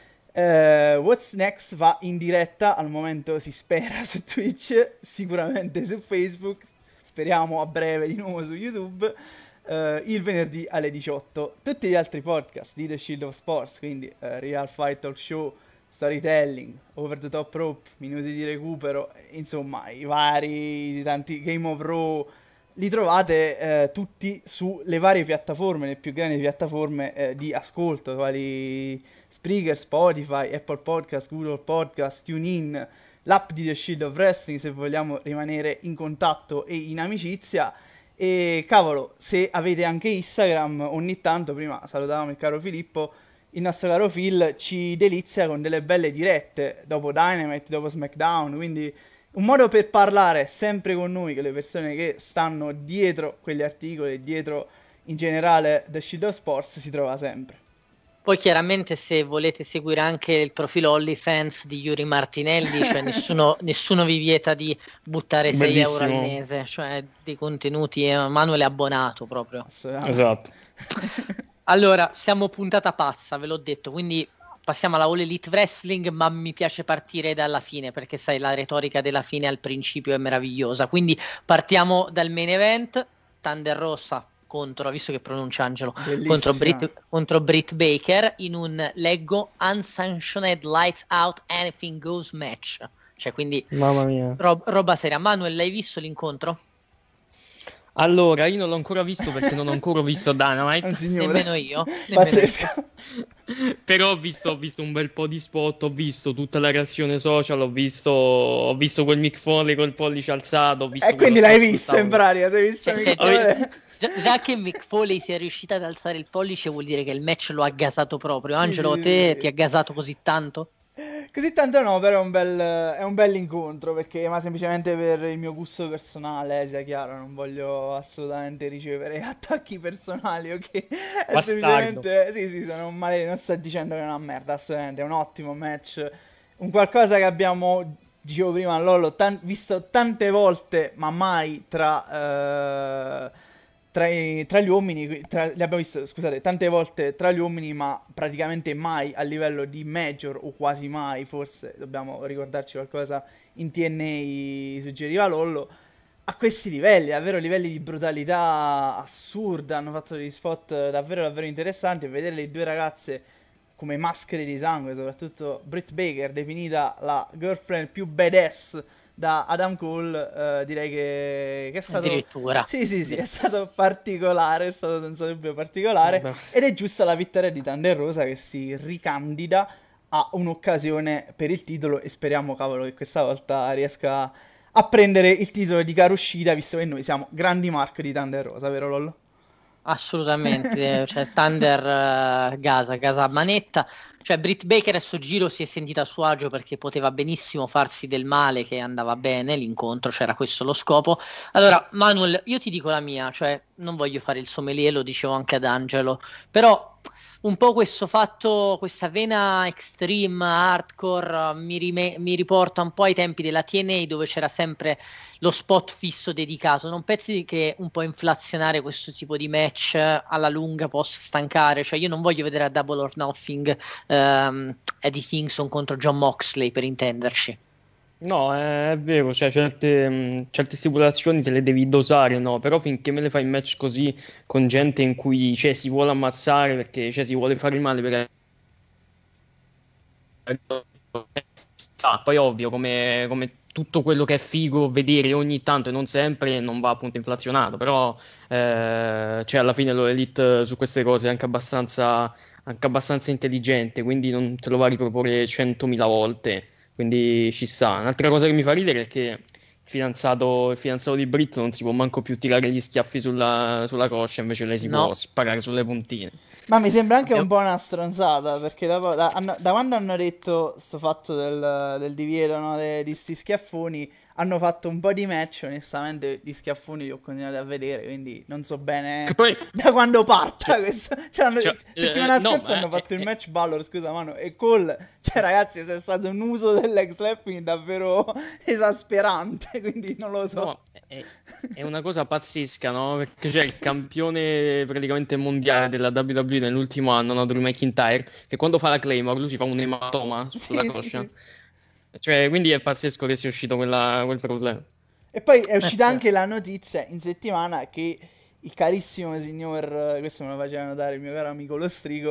What's Next va in diretta, al momento si spera, su Twitch, sicuramente su Facebook, speriamo a breve di nuovo su YouTube, il venerdì alle 18. Tutti gli altri podcast di The Shield of Sports, quindi Real Fight Talk Show, Storytelling, Over the Top Rope, Minuti di recupero, insomma i tanti Game of Raw, li trovate tutti sulle varie piattaforme, le più grandi piattaforme di ascolto, quali Spreaker, Spotify, Apple Podcast, Google Podcast, TuneIn, l'app di The Shield of Wrestling se vogliamo rimanere in contatto e in amicizia. E cavolo, se avete anche Instagram, ogni tanto, prima salutavamo il caro Filippo, il nostro caro Phil ci delizia con delle belle dirette dopo Dynamite, dopo SmackDown, quindi un modo per parlare sempre con noi, con le persone che stanno dietro quegli articoli, dietro in generale The Shield of Sports, si trova sempre. Poi chiaramente se volete seguire anche il profilo OnlyFans di Yuri Martinelli, cioè nessuno vi vieta di buttare 6 euro al mese, cioè dei contenuti, Manuel è abbonato proprio. Esatto. Allora, siamo puntata pazza, ve l'ho detto, quindi passiamo alla All Elite Wrestling, ma mi piace partire dalla fine, perché sai, la retorica della fine al principio è meravigliosa. Quindi partiamo dal main event, Thunder Rosa contro, visto che pronuncia Angelo, contro Britt Baker in un, leggo, unsanctioned lights out anything goes match. Cioè, quindi, mamma mia, roba seria. Manuel, l'hai visto l'incontro? Allora, io non l'ho ancora visto perché non ho ancora visto Dynamite. Nemmeno io. Però ho visto un bel po' di spot, ho visto tutta la reazione social, ho visto quel Mick Foley col pollice alzato. Ho visto quindi l'hai visto in pratica, sei visto già che Mick Foley sia riuscita ad alzare il pollice vuol dire che il match lo ha gasato proprio. Angelo, ti ha gasato così tanto? Così tanto no, però è un bel incontro, perché ma semplicemente per il mio gusto personale, sia chiaro, non voglio assolutamente ricevere attacchi personali, ok? È semplicemente, sì, sono un male, non sto dicendo che è una merda, assolutamente, è un ottimo match, un qualcosa che abbiamo, dicevo prima, Lollo, visto tante volte, ma mai tra gli uomini, li abbiamo visto, scusate, tante volte tra gli uomini, ma praticamente mai a livello di major, o quasi mai, forse dobbiamo ricordarci qualcosa in TNA suggeriva Lollo, a questi livelli, davvero livelli di brutalità assurda, hanno fatto degli spot davvero davvero interessanti, e vedere le due ragazze come maschere di sangue, soprattutto Britt Baker, definita la girlfriend più badass da Adam Cole, direi che è stato addirittura sì, è stato particolare, è stato senza dubbio particolare. Ed è giusta la vittoria di Thunder Rosa, che si ricandida a un'occasione per il titolo, e speriamo, cavolo, che questa volta riesca a prendere il titolo di cara uscita, visto che noi siamo grandi marchi di Thunder Rosa, vero Lollo? Assolutamente, cioè Thunder gasa manetta, cioè Britt Baker a sto giro si è sentita a suo agio perché poteva benissimo farsi del male, che andava bene l'incontro, c'era questo lo scopo. Allora Manuel, io ti dico la mia, cioè non voglio fare il sommelier, lo dicevo anche ad Angelo, però un po' questo fatto, questa vena extreme, hardcore, mi riporta un po' ai tempi della TNA, dove c'era sempre lo spot fisso dedicato. Non pensi che un po' inflazionare questo tipo di match alla lunga possa stancare? Cioè io non voglio vedere a Double or Nothing Eddie Kingston contro John Moxley, per intenderci. No, è vero, cioè certe stipulazioni te le devi dosare, no? Però finché me le fai in match così, con gente in cui si vuole ammazzare perché si vuole fare male, perché poi ovvio, come tutto quello che è figo vedere ogni tanto e non sempre, non va appunto inflazionato, però alla fine l'Elite su queste cose è anche abbastanza intelligente, quindi non te lo va a riproporre 100.000 volte. Quindi ci sta. Un'altra cosa che mi fa ridere è che il fidanzato di Britt non si può manco più tirare gli schiaffi sulla coscia, invece lei si può sparare sulle puntine. Ma mi sembra anche un po' una stronzata, perché da quando hanno detto sto fatto del divieto, no, di sti schiaffoni, hanno fatto un po' di match, onestamente di schiaffoni li ho continuati a vedere, quindi non so bene da quando parta questo. Settimana scorsa hanno fatto il match Balor, scusa mano, e Cole, ragazzi, se è stato un uso dell'leg slapping davvero esasperante, quindi non lo so. No, è una cosa pazzesca, no? Perché c'è il campione praticamente mondiale della WWE nell'ultimo anno, no? Drew McIntyre, che quando fa la Claymore lui si fa un ematoma sulla coscia. Cioè, quindi è pazzesco che sia uscito quel problema. E poi è uscita anche la notizia in settimana che il carissimo signor, questo me lo faceva notare il mio caro amico Lo Strigo,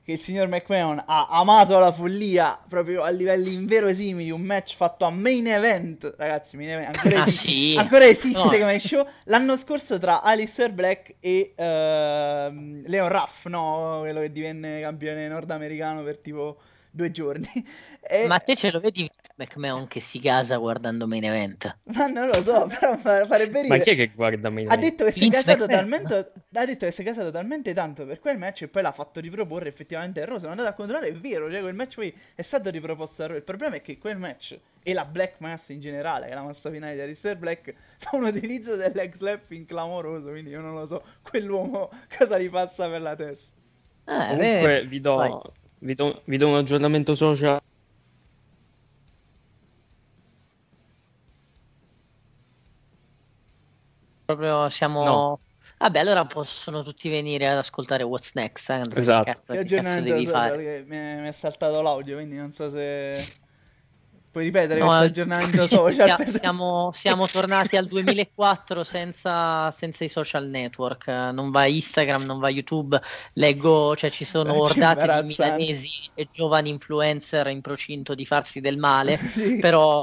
che il signor McMahon ha amato la follia proprio a livelli inverosimili, un match fatto a main event, ragazzi, main event, ancora esiste come show, l'anno scorso tra Aleister Black e Leon Ruff, no? Quello che divenne campione nordamericano per tipo 2 giorni. Ma te ce lo vedi McMahon che si gasa guardando main event? Ma non lo so, però farebbe ridere. Ma chi è che guarda main event? Ha detto che si è gasato talmente tanto per quel match e poi l'ha fatto riproporre effettivamente a Raw. Sono andato a controllare, è vero, cioè quel match poi è stato riproposto a Raw. Il problema è che quel match e la Black Mass in generale, che è la massa finale di Aleister Black, fa un utilizzo del leg slapping clamoroso, quindi io non lo so quell'uomo cosa gli passa per la testa. Comunque vi do un aggiornamento social. Proprio siamo... No. Vabbè, allora possono tutti venire ad ascoltare What's Next. Esatto. Che cazzo devi fare? Mi è saltato l'audio, quindi non so se... Puoi ripetere questo aggiornamento social? Siamo tornati al 2004 senza i social network. Non va Instagram, non va YouTube. Leggo, cioè ci sono ordate di milanesi e giovani influencer in procinto di farsi del male. Sì. Però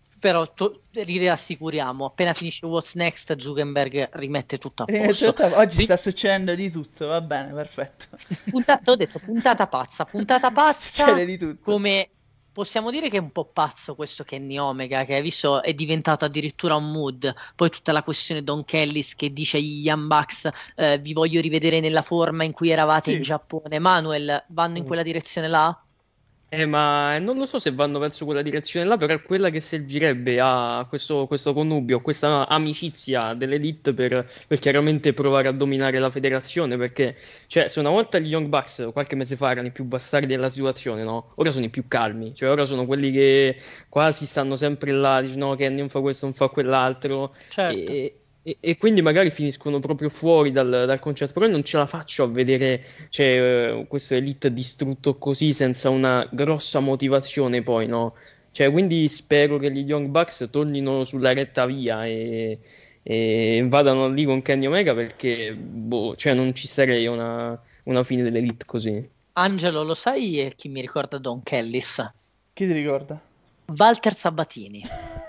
vi rassicuriamo, appena finisce What's Next Zuckerberg rimette tutto a posto. Oggi sta succedendo di tutto, va bene, perfetto. Ho detto puntata pazza. Succede di tutto. Come possiamo dire che è un po' pazzo questo Kenny Omega, che hai visto è diventato addirittura un mood. Poi tutta la questione Don Callis che dice agli Young Bucks vi voglio rivedere nella forma in cui eravate in Giappone. Manuel, vanno in quella direzione là? Ma non lo so se vanno verso quella direzione là, però è quella che servirebbe a questo connubio, questa amicizia dell'Elite per chiaramente provare a dominare la federazione, perché cioè se una volta gli Young Bucks qualche mese fa erano i più bastardi della situazione, no? Ora sono i più calmi, cioè ora sono quelli che quasi stanno sempre là, dicono no, che non fa questo, non fa quell'altro, certo. E quindi magari finiscono proprio fuori dal concetto, però non ce la faccio a vedere questo Elite distrutto così senza una grossa motivazione poi, no? Cioè, quindi spero che gli Young Bucks tornino sulla retta via e vadano lì con Kenny Omega, perché cioè non ci starei una fine dell'Elite così. Angelo, lo sai chi mi ricorda Don Callis? Chi ti ricorda? Walter Sabatini.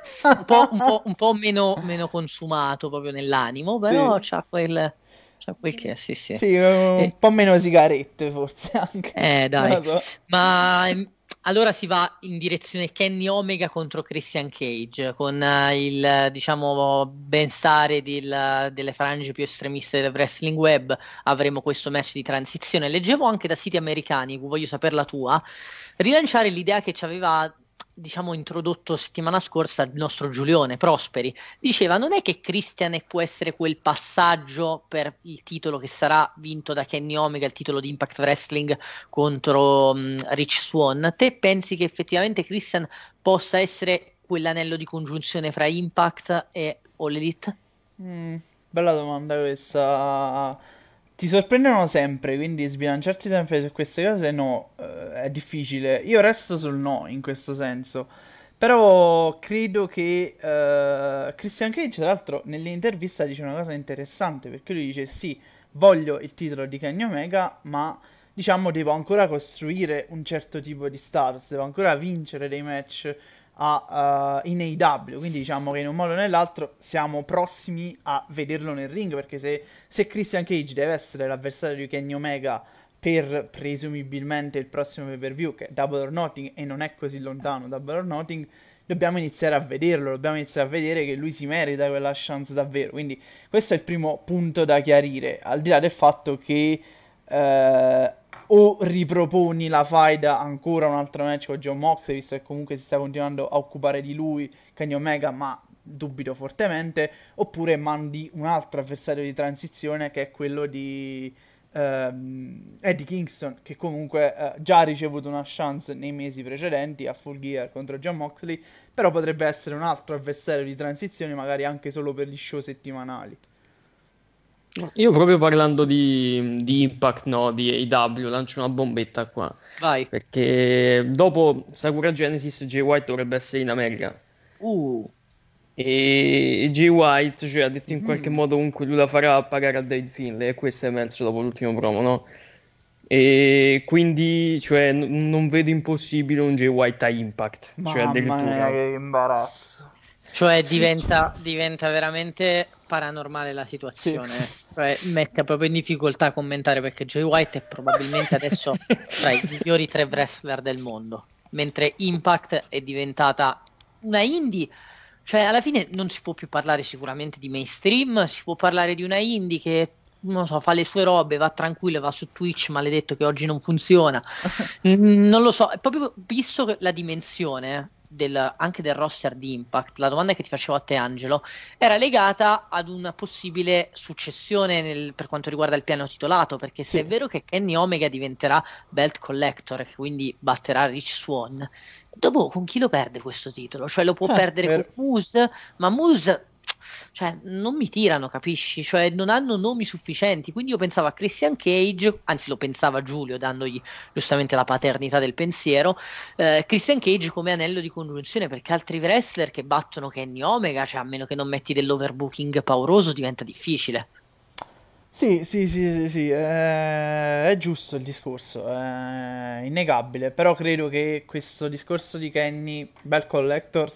un po' meno consumato proprio nell'animo, però c'ha quel che sì. Sì, un po' meno sigarette forse anche. Dai. So. Ma allora si va in direzione Kenny Omega contro Christian Cage, con il diciamo benstare delle frange più estremiste del wrestling web. Avremo questo match di transizione. Leggevo anche da siti americani, voglio sapere la tua, rilanciare l'idea che ci aveva diciamo introdotto settimana scorsa il nostro Giulione Prosperi. Diceva non è che Christian può essere quel passaggio per il titolo che sarà vinto da Kenny Omega, il titolo di Impact Wrestling contro Rich Swann. Te pensi che effettivamente Christian possa essere quell'anello di congiunzione fra Impact e All Elite? Bella domanda questa. Ti sorprendono sempre, quindi sbilanciarti sempre su queste cose no, è difficile. Io resto sul no in questo senso, però credo che Christian Cage tra l'altro nell'intervista dice una cosa interessante, perché lui dice sì, voglio il titolo di Kenny Omega, ma diciamo devo ancora costruire un certo tipo di status, devo ancora vincere dei match in AEW, quindi diciamo che in un modo o nell'altro siamo prossimi a vederlo nel ring, perché se Christian Cage deve essere l'avversario di Kenny Omega per presumibilmente il prossimo pay-per-view, che è Double or Nothing, e non è così lontano Double or Nothing, dobbiamo iniziare a vederlo, dobbiamo iniziare a vedere che lui si merita quella chance davvero. Quindi questo è il primo punto da chiarire, al di là del fatto che o riproponi la faida ancora un altro match con Jon Moxley, visto che comunque si sta continuando a occupare di lui Kenny Omega, ma dubito fortemente, oppure mandi un altro avversario di transizione che è quello di Eddie Kingston, che comunque già ha ricevuto una chance nei mesi precedenti a Full Gear contro Jon Moxley, però potrebbe essere un altro avversario di transizione, magari anche solo per gli show settimanali. Io proprio parlando di Impact, no, di AEW, lancio una bombetta qua. Vai. Perché dopo Sakura Genesis Jay White dovrebbe essere in America. E Jay White, cioè, ha detto in qualche modo comunque lui la farà pagare a David Finlay, e questo è emerso dopo l'ultimo promo, no? E quindi, cioè, non vedo impossibile un Jay White a Impact. Cioè, Mamma addirittura. mia, che imbarazzo. Cioè diventa veramente paranormale la situazione. Cioè, mette proprio in difficoltà a commentare, perché Jay White è probabilmente adesso tra i migliori 3 wrestler del mondo, mentre Impact è diventata una indie. Cioè alla fine non si può più parlare sicuramente di mainstream, si può parlare di una indie che, non so, fa le sue robe, va tranquilla, va su Twitch, maledetto che oggi non funziona. Non lo so, è proprio visto che la dimensione anche del roster di Impact, la domanda che ti facevo a te, Angelo, era legata ad una possibile successione per quanto riguarda il piano titolato, perché se è vero che Kenny Omega diventerà Belt Collector, che quindi batterà Rich Swann, dopo con chi lo perde questo titolo? Cioè lo può perdere con Moose, ma Moose, cioè, non mi tirano, capisci? Cioè non hanno nomi sufficienti, quindi io pensavo a Christian Cage, anzi lo pensava Giulio dandogli giustamente la paternità del pensiero, Christian Cage come anello di congiunzione, perché altri wrestler che battono Kenny Omega, cioè a meno che non metti dell'overbooking pauroso, diventa difficile. Sì, è giusto il discorso, è innegabile, però credo che questo discorso di Kenny, Belt Collector,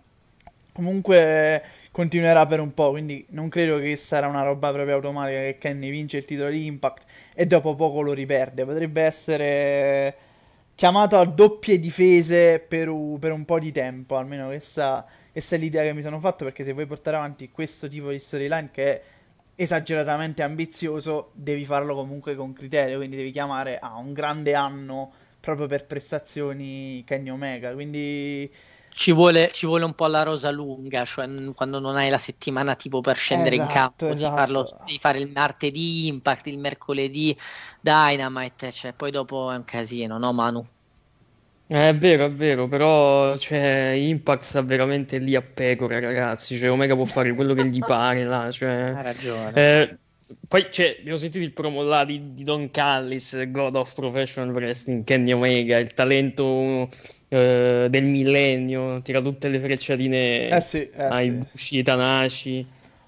comunque continuerà per un po', quindi non credo che sarà una roba proprio automatica che Kenny vince il titolo di Impact e dopo poco lo riperde. Potrebbe essere chiamato a doppie difese per un po' di tempo, almeno questa è l'idea che mi sono fatto, perché se vuoi portare avanti questo tipo di storyline che è esageratamente ambizioso, devi farlo comunque con criterio, quindi devi chiamare a un grande anno proprio per prestazioni Kenny Omega, quindi ci vuole un po' la rosa lunga, cioè quando non hai la settimana tipo per scendere in campo, di fare il martedì Impact, il mercoledì Dynamite, cioè poi dopo è un casino, no Manu? È vero, però cioè, Impact sta veramente lì a pecora, ragazzi, cioè Omega può fare quello che gli pare là, cioè... Hai ragione. Poi abbiamo sentito il promo là di Don Callis, God of Professional Wrestling, Kenny Omega, il talento del millennio, tira tutte le frecciatine ai Bushi e Tanahashi,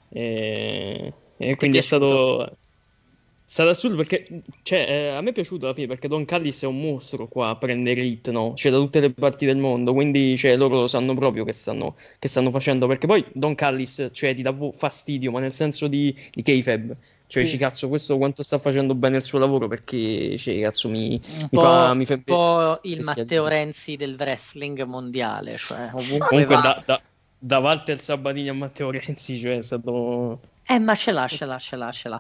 e quindi è stato assurdo, perché a me è piaciuto alla fine, perché Don Callis è un mostro qua a prendere hit, no? Cioè da tutte le parti del mondo, quindi loro lo sanno proprio che stanno facendo, perché poi Don Callis ti dà fastidio, ma nel senso di kayfabe, dici cazzo, questo quanto sta facendo bene il suo lavoro, perché cazzo mi fa un po' il Matteo Renzi del wrestling mondiale, cioè comunque da Walter Sabatini a Matteo Renzi, cioè è stato... ma ce l'ha.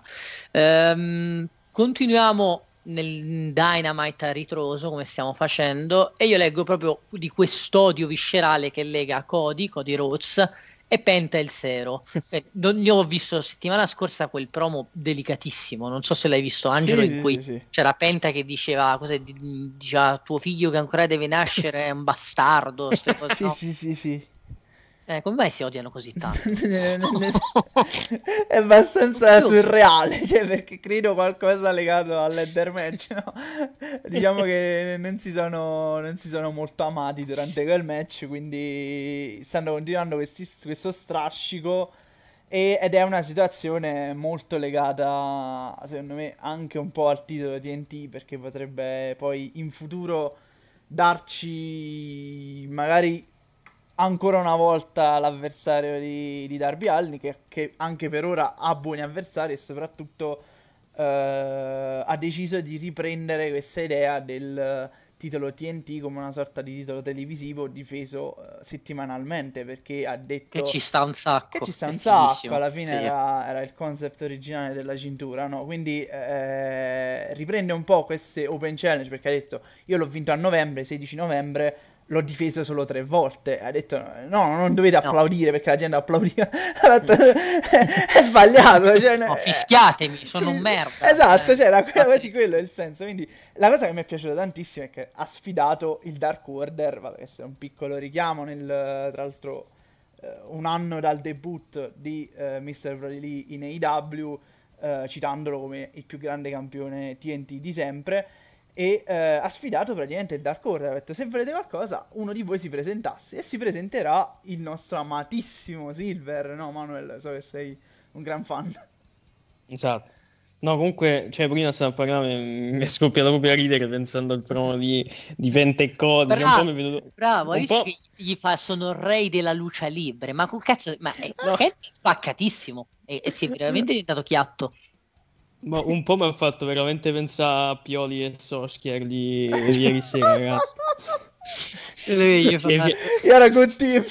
Continuiamo nel Dynamite a ritroso come stiamo facendo, e io leggo proprio di quest'odio viscerale che lega Cody Rhodes e Penta El Zero. Io ho visto settimana scorsa quel promo delicatissimo, non so se l'hai visto Angelo, in cui c'era Penta che diceva diceva tuo figlio che ancora deve nascere è un bastardo, cose, sì. Come mai si odiano così tanto? È abbastanza surreale, cioè, perché credo qualcosa legato al ladder match, no? Diciamo che non si sono molto amati durante quel match, quindi stanno continuando questo strascico, ed è una situazione molto legata, secondo me, anche un po' al titolo TNT, perché potrebbe poi in futuro darci magari ancora una volta l'avversario di Darby Allin, che anche per ora ha buoni avversari, e soprattutto ha deciso di riprendere questa idea del titolo TNT come una sorta di titolo televisivo difeso settimanalmente, perché ha detto che ci sta un sacco, alla fine era il concept originale della cintura, no? Quindi riprende un po' queste open challenge, perché ha detto io l'ho vinto a novembre, 16 novembre, l'ho difeso solo 3 volte. Ha detto no, non dovete applaudire, perché la gente applaudiva. È sbagliato, cioè, no, fischiatemi, sono un merda. Esatto, c'era quasi quello è il senso. Quindi la cosa che mi è piaciuta tantissimo è che ha sfidato il Dark Order. Vabbè, questo è un piccolo richiamo tra l'altro un anno dal debutto di Mr. Brody Lee in AEW, citandolo come il più grande campione TNT di sempre. E ha sfidato praticamente il Dark Order. Ha detto: se volete qualcosa, uno di voi si presentasse. E si presenterà il nostro amatissimo Silver, no Manuel? So che sei un gran fan. Esatto. No, comunque, cioè, prima stavo parlando, mi è scoppiato proprio a ridere pensando al promo di Penta e Cody. Cioè, un po' mi è venuto... Bravo, hai un visto po'... che gli fa sono il re della luce libre, ma con cazzo, ma è spaccatissimo e si è veramente diventato chiatto. Ma un po' mi ha fatto veramente pensare a Pioli e Solskjaer di ieri sera, ragazzi. Io ero good team.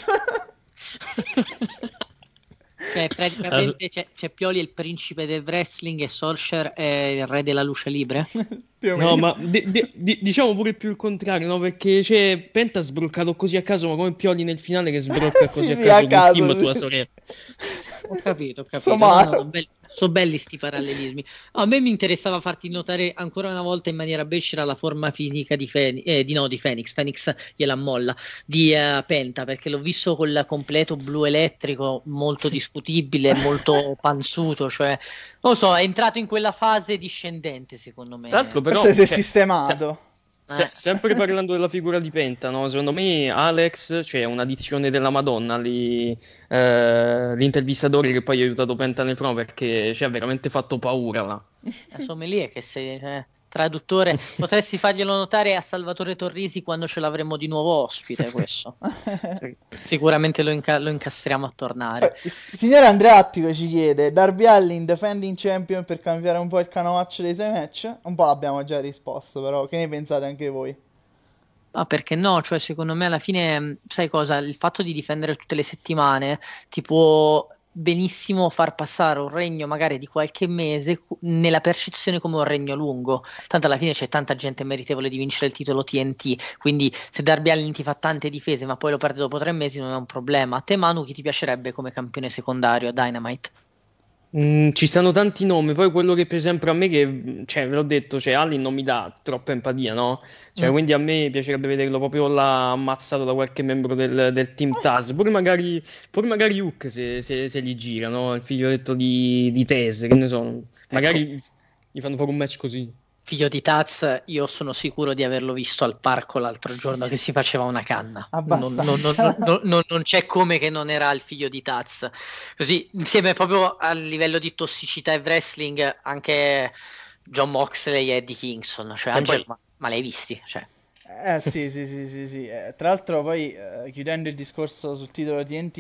Cioè, praticamente c'è Pioli è il principe del wrestling e Solskjaer è il re della luce libre. No, ma diciamo pure più il contrario, no? Perché Penta ha sbroccato così a caso, ma come Pioli nel finale che sbrocca così a caso il team tua sorella. Ho capito. No, sono belli sti parallelismi. A me mi interessava farti notare ancora una volta in maniera becera la forma fisica di Phoenix. Phoenix gliela molla di Penta, perché l'ho visto col completo blu elettrico molto discutibile, molto panzuto, cioè non lo so, è entrato in quella fase discendente secondo me. Tra l'altro però si è sistemato. Sempre parlando della figura di Penta, no? Secondo me Alex, cioè un'addizione della Madonna lì, l'intervistatore che poi ha aiutato Penta nel promo, perché ci ha veramente fatto paura là. Sommelier che sei traduttore, potresti farglielo notare a Salvatore Torrisi quando ce l'avremo di nuovo ospite questo. Sicuramente lo incastriamo a tornare. Il signore Andrea Attico ci chiede: Darby Allin defending champion per cambiare un po' il canovaccio dei 6 match? Un po' l'abbiamo già risposto, però che ne pensate anche voi? Ma perché no? Cioè, secondo me alla fine, sai cosa? Il fatto di difendere tutte le settimane ti può benissimo far passare un regno magari di qualche mese nella percezione come un regno lungo, tanto alla fine c'è tanta gente meritevole di vincere il titolo TNT, quindi se Darby Allin ti fa tante difese ma poi lo perde dopo 3 mesi non è un problema. A te Manu chi ti piacerebbe come campione secondario a Dynamite? Ci stanno tanti nomi, poi quello che per esempio a me che, cioè ve l'ho detto, cioè Allin non mi dà troppa empatia, no? Cioè quindi a me piacerebbe vederlo proprio là ammazzato da qualche membro del team Taz, pure magari Hook se gli gira, no? Il figlioletto di Tese, che ne so, magari gli fanno fare un match così. Figlio di Taz, io sono sicuro di averlo visto al parco l'altro giorno che si faceva una canna. Non c'è come che non era il figlio di Taz. Così, insieme proprio a livello di tossicità e wrestling, anche John Moxley e Eddie Kingston. Cioè, Angelo, ma l'hai visti? Cioè. Sì. Tra l'altro poi, chiudendo il discorso sul titolo TNT,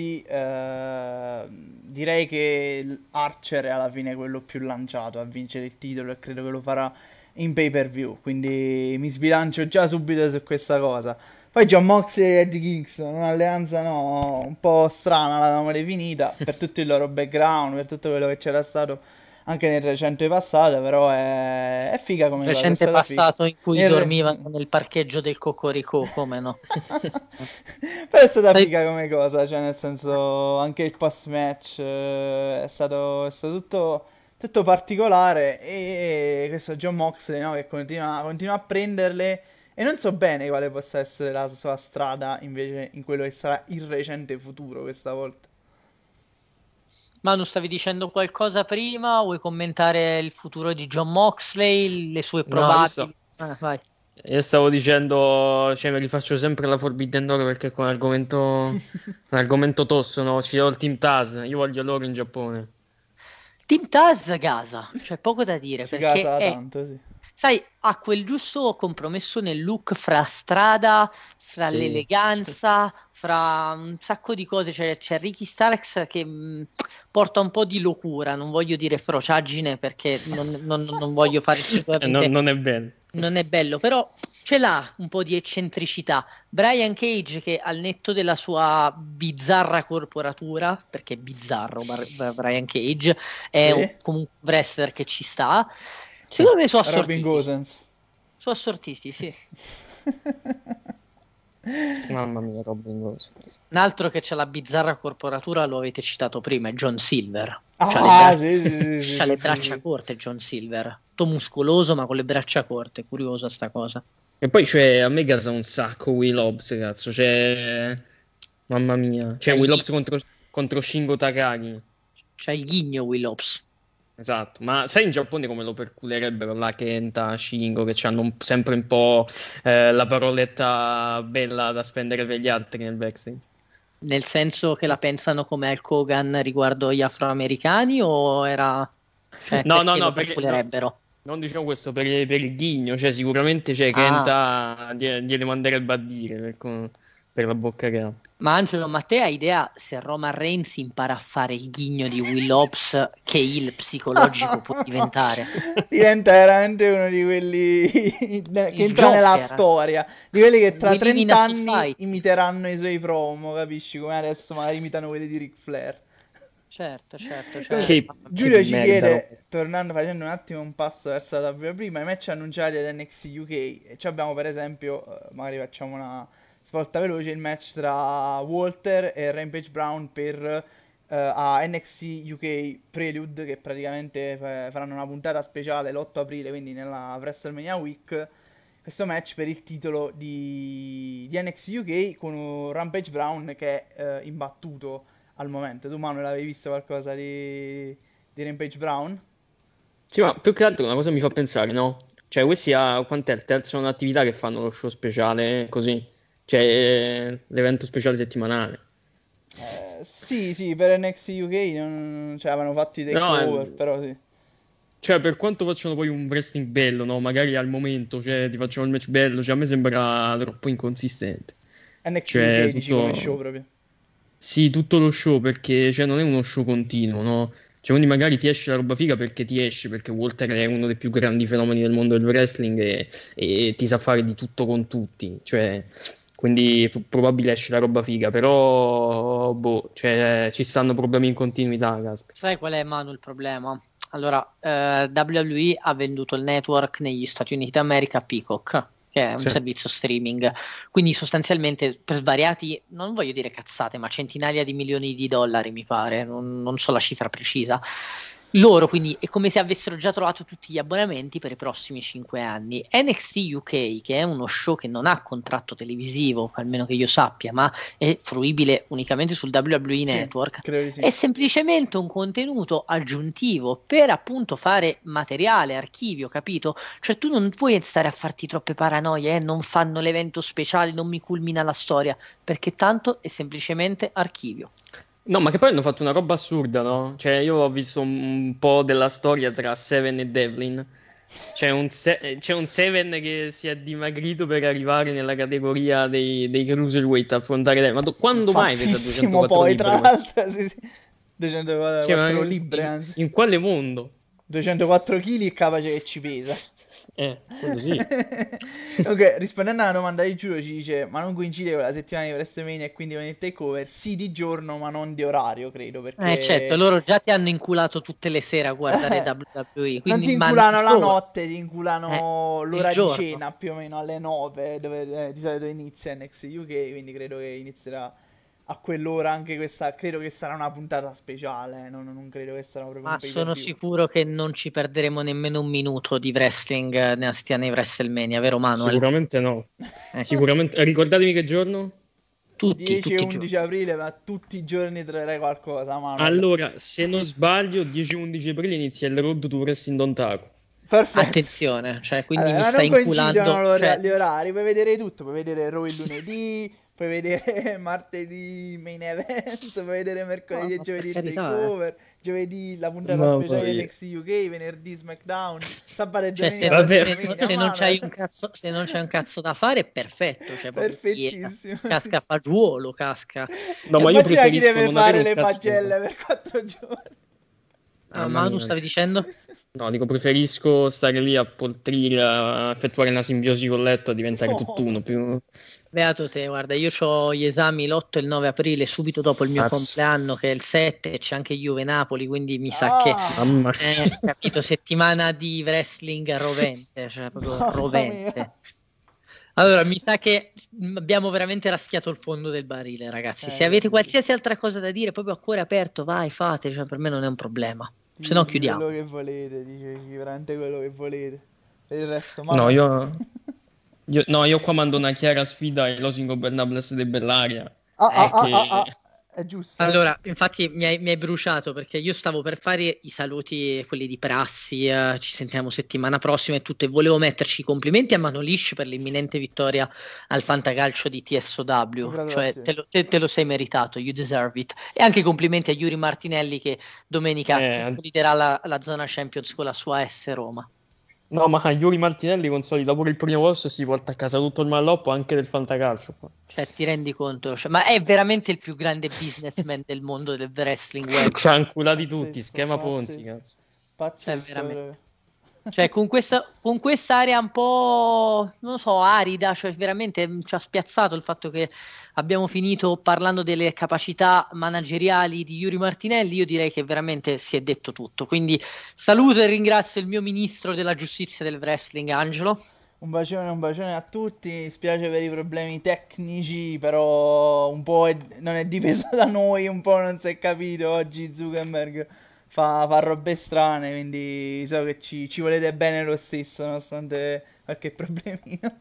direi che Archer è alla fine quello più lanciato a vincere il titolo e credo che lo farà in pay per view, quindi mi sbilancio già subito su questa cosa. Poi John Moxley e Eddie Kingston, un'alleanza un po' strana l'avevamo definita per tutto il loro background, per tutto quello che c'era stato anche nel recente passato, però è figa come cosa. Recente passato in cui dormivano nel parcheggio del Cocorico, come no? Però è stata figa come cosa, cioè nel senso anche il post match è stato tutto particolare, e questo John Moxley, no, che continua a prenderle, e non so bene quale possa essere la sua strada invece in quello che sarà il recente futuro questa volta. Manu, stavi dicendo qualcosa prima? Vuoi commentare il futuro di John Moxley, le sue probabili? Vai. Io stavo dicendo, cioè me li faccio sempre la Forbidden Door perché con un argomento tosto, no? Ci do il Team Taz, io voglio loro in Giappone. Team Taz gasa, cioè poco da dire, perché tanto, sì. Sai, ha quel giusto compromesso nel look fra strada, fra l'eleganza, fra un sacco di cose. C'è Ricky Starks che porta un po' di locura, non voglio dire frociaggine perché non voglio fare sicuramente... non è bello. Non è bello, però ce l'ha un po' di eccentricità. Brian Cage, che al netto della sua bizzarra corporatura, perché è bizzarro Brian Cage, è comunque un wrestler che ci sta. Secondo me sono assortiti, sì. Mamma mia, Robin Gosens. Un altro che c'ha la bizzarra corporatura, lo avete citato prima, è John Silver. C'ha le braccia corte John Silver. Tutto muscoloso ma con le braccia corte, curiosa sta cosa. E poi a me gasa un sacco Will Hobbs, cazzo, mamma mia. Will Hobbs contro Shingo Takagi. C'è il ghigno Will Hobbs. Esatto, ma sai in Giappone come lo perculerebbero la Kenta, Shingo, che hanno sempre un po' la paroletta bella da spendere per gli altri nel backstage? Nel senso che la pensano come Hulk Hogan riguardo gli afroamericani, o era... No, lo perché calcolerebbero. non diciamo questo per il ghigno, cioè sicuramente Kenta gliele manderebbe a dire per la bocca che ha. Ma Angelo, ma te hai idea se Roman Reigns impara a fare il ghigno di Will Hobbs che il psicologico può diventare? Diventa veramente uno di quelli che entra nella storia, di quelli che tra 30 anni imiteranno i suoi promo, capisci? Come adesso magari imitano quelli di Ric Flair. Certo. Giulio ci chiede, facendo un attimo un passo verso la WWE, ma i match annunciati ad NXT UK, e ci abbiamo per esempio, magari facciamo una svolta veloce, il match tra Walter e Rampage Brown a NXT UK Prelude, che praticamente faranno una puntata speciale l'8 aprile, quindi nella WrestleMania Week. Questo match per il titolo di NXT UK con un Rampage Brown che è imbattuto al momento. Tu, Manuel, avevi visto qualcosa di Rampage Brown? Sì, ma più che altro una cosa mi fa pensare, no? Cioè, questi quant'è il terzo attività che fanno lo show speciale, così? Cioè, l'evento speciale settimanale. Sì, per NXT UK cioè, avevano fatto i takeover, però sì. Cioè, per quanto facciano poi un wrestling bello, no? Magari al momento, cioè, ti facciano il match bello, cioè, a me sembra troppo inconsistente. NXT UK dici come show proprio. Sì, tutto lo show, perché cioè, non è uno show continuo, no? Cioè, quindi magari ti esce la roba figa perché ti esce, perché Walter è uno dei più grandi fenomeni del mondo del wrestling e ti sa fare di tutto con tutti, cioè, quindi probabile esce la roba figa, però, cioè, ci stanno problemi in continuità, caspita. Sai qual è, Manu, il problema? Allora, WWE ha venduto il network negli Stati Uniti d'America a Peacock, che è un servizio streaming, quindi sostanzialmente per svariati, non voglio dire cazzate, ma centinaia di milioni di dollari mi pare, non so la cifra precisa, loro quindi è come se avessero già trovato tutti gli abbonamenti per i prossimi 5 anni. NXT UK, che è uno show che non ha contratto televisivo, almeno che io sappia, ma è fruibile unicamente sul WWE Network, è semplicemente un contenuto aggiuntivo per appunto fare materiale, archivio, capito? Cioè tu non puoi stare a farti troppe paranoie, non fanno l'evento speciale, non mi culmina la storia, perché tanto è semplicemente archivio. No, ma che poi hanno fatto una roba assurda, no? Cioè, io ho visto un po' della storia tra Seven e Devlin. C'è un Seven che si è dimagrito per arrivare nella categoria dei cruiserweight a affrontare Devlin. Ma quando mai pesa 204 poi, libbre? tra l'altro, sì. 204 libbre, anzi. In quale mondo? 204 kg è capace che ci pesa. Quello sì. Ok, rispondendo alla domanda di Giulio, ci dice: ma non coincide con la settimana di WrestleMania e quindi con il takeover? Sì, di giorno, ma non di orario, credo. Perché... certo, loro già ti hanno inculato tutte le sere a guardare WWE. Quindi non ti inculano la notte, ti inculano l'ora di cena più o meno alle 9, dove di solito inizia NXT UK. Quindi credo che inizierà a quell'ora anche questa. Credo che sarà una puntata speciale, non credo che sarà proprio ma sono sicuro che non ci perderemo nemmeno un minuto di wrestling nella settimana di WrestleMania, vero Manuel? Sicuramente no. Sicuramente. Ricordatemi che giorno? 10 e 11 aprile, ma tutti i giorni troverai qualcosa, Manuel. Allora, se non sbaglio 10-11 aprile inizia il Road to Wrestling Dontaku. Perfetto. Attenzione, cioè quindi mi stai inculando, gli orari, puoi vedere tutto, puoi vedere Raw il lunedì, puoi vedere martedì main event, puoi vedere mercoledì e giovedì il takeover, giovedì la puntata speciale di NXT UK, venerdì SmackDown, sabato e domenica. Se non c'hai un cazzo da fare è perfetto, cioè perfettissimo. Casca fagiolo, casca. No, ma io preferisco chi deve fare le pagelle per 4 giorni. Manu, stavi dicendo? No, dico, preferisco stare lì a poltrire, a effettuare una simbiosi col letto, a diventare tutt'uno. Beato te, guarda, io ho gli esami l'8 e il 9 aprile, subito dopo il mio compleanno, che è il 7, e c'è anche Juve-Napoli, quindi mi sa che, capito, settimana di wrestling rovente, cioè proprio rovente. Allora, mi sa che abbiamo veramente raschiato il fondo del barile, ragazzi. Se avete qualsiasi altra cosa da dire, proprio a cuore aperto, vai, fate, cioè per me non è un problema. Se no chiudiamo. Quello che volete, dice veramente quello che volete. Per il resto, no, io qua mando una chiara sfida ai Los Ingobernables de Bellaria. È giusto. Allora, infatti mi hai bruciato, perché io stavo per fare i saluti, quelli di prassi, ci sentiamo settimana prossima e tutto, e volevo metterci i complimenti a Manolish per l'imminente vittoria al Fantacalcio di TSOW, cioè te lo sei meritato, you deserve it, e anche complimenti a Yuri Martinelli che domenica consoliderà la zona Champions con la sua AS Roma. No, ma Yuri Martinelli consolida pure il primo posto e si porta a casa tutto il malloppo anche del Fantacalcio. Cioè, ti rendi conto? Cioè, ma è veramente il più grande businessman del mondo del wrestling web. Ci ha inculati tutti, schema Ponzi, cazzo. Pazzesco. Veramente. Cioè, con questa area un po', non so, arida, cioè veramente ci ha spiazzato il fatto che abbiamo finito parlando delle capacità manageriali di Yuri Martinelli. Io direi che veramente si è detto tutto. Quindi saluto e ringrazio il mio ministro della giustizia del wrestling, Angelo. Un bacione a tutti. Spiace per i problemi tecnici, però un po' non è dipeso da noi, un po' non si è capito. Oggi Zuckerberg fa robe strane, quindi so che ci volete bene lo stesso, nonostante qualche problemino.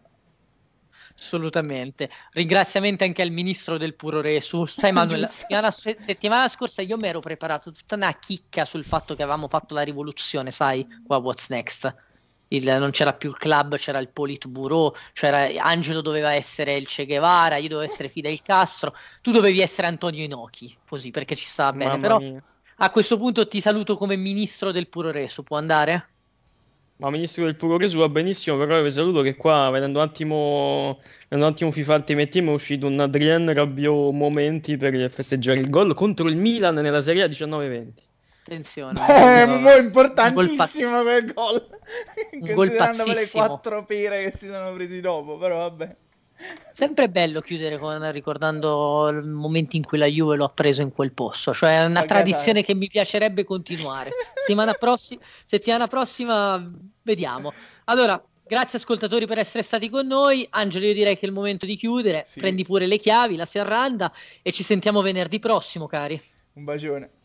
Assolutamente. Ringraziamenti anche al ministro del Puro Resu. Sai, Manuel, settimana scorsa io mi ero preparato tutta una chicca sul fatto che avevamo fatto la rivoluzione, sai, qua What's Next. Non c'era più il club, c'era il Politburo, Angelo doveva essere il Che Guevara, io dovevo essere Fidel Castro, tu dovevi essere Antonio Inoki, così, perché ci stava bene. Però a questo punto ti saluto come ministro del Puro Resu, può andare? Ma ministro del Puro Resu va benissimo, però vi saluto che qua, vedendo un attimo FIFA Ultimate Team, è uscito un Adrien Rabiot momenti per festeggiare il gol contro il Milan nella Serie A 19-20. Attenzione. È importantissimo quel gol. Un gol pazzissimo. Le 4 pere che si sono presi dopo, però vabbè. Sempre bello chiudere ricordando il momento in cui la Juve lo ha preso in quel posto, cioè è una tradizione che mi piacerebbe continuare. Settimana prossima vediamo. Allora, grazie ascoltatori per essere stati con noi. Angelo, io direi che è il momento di chiudere. Sì. Prendi pure le chiavi, la serranda, e ci sentiamo venerdì prossimo, cari. Un bacione.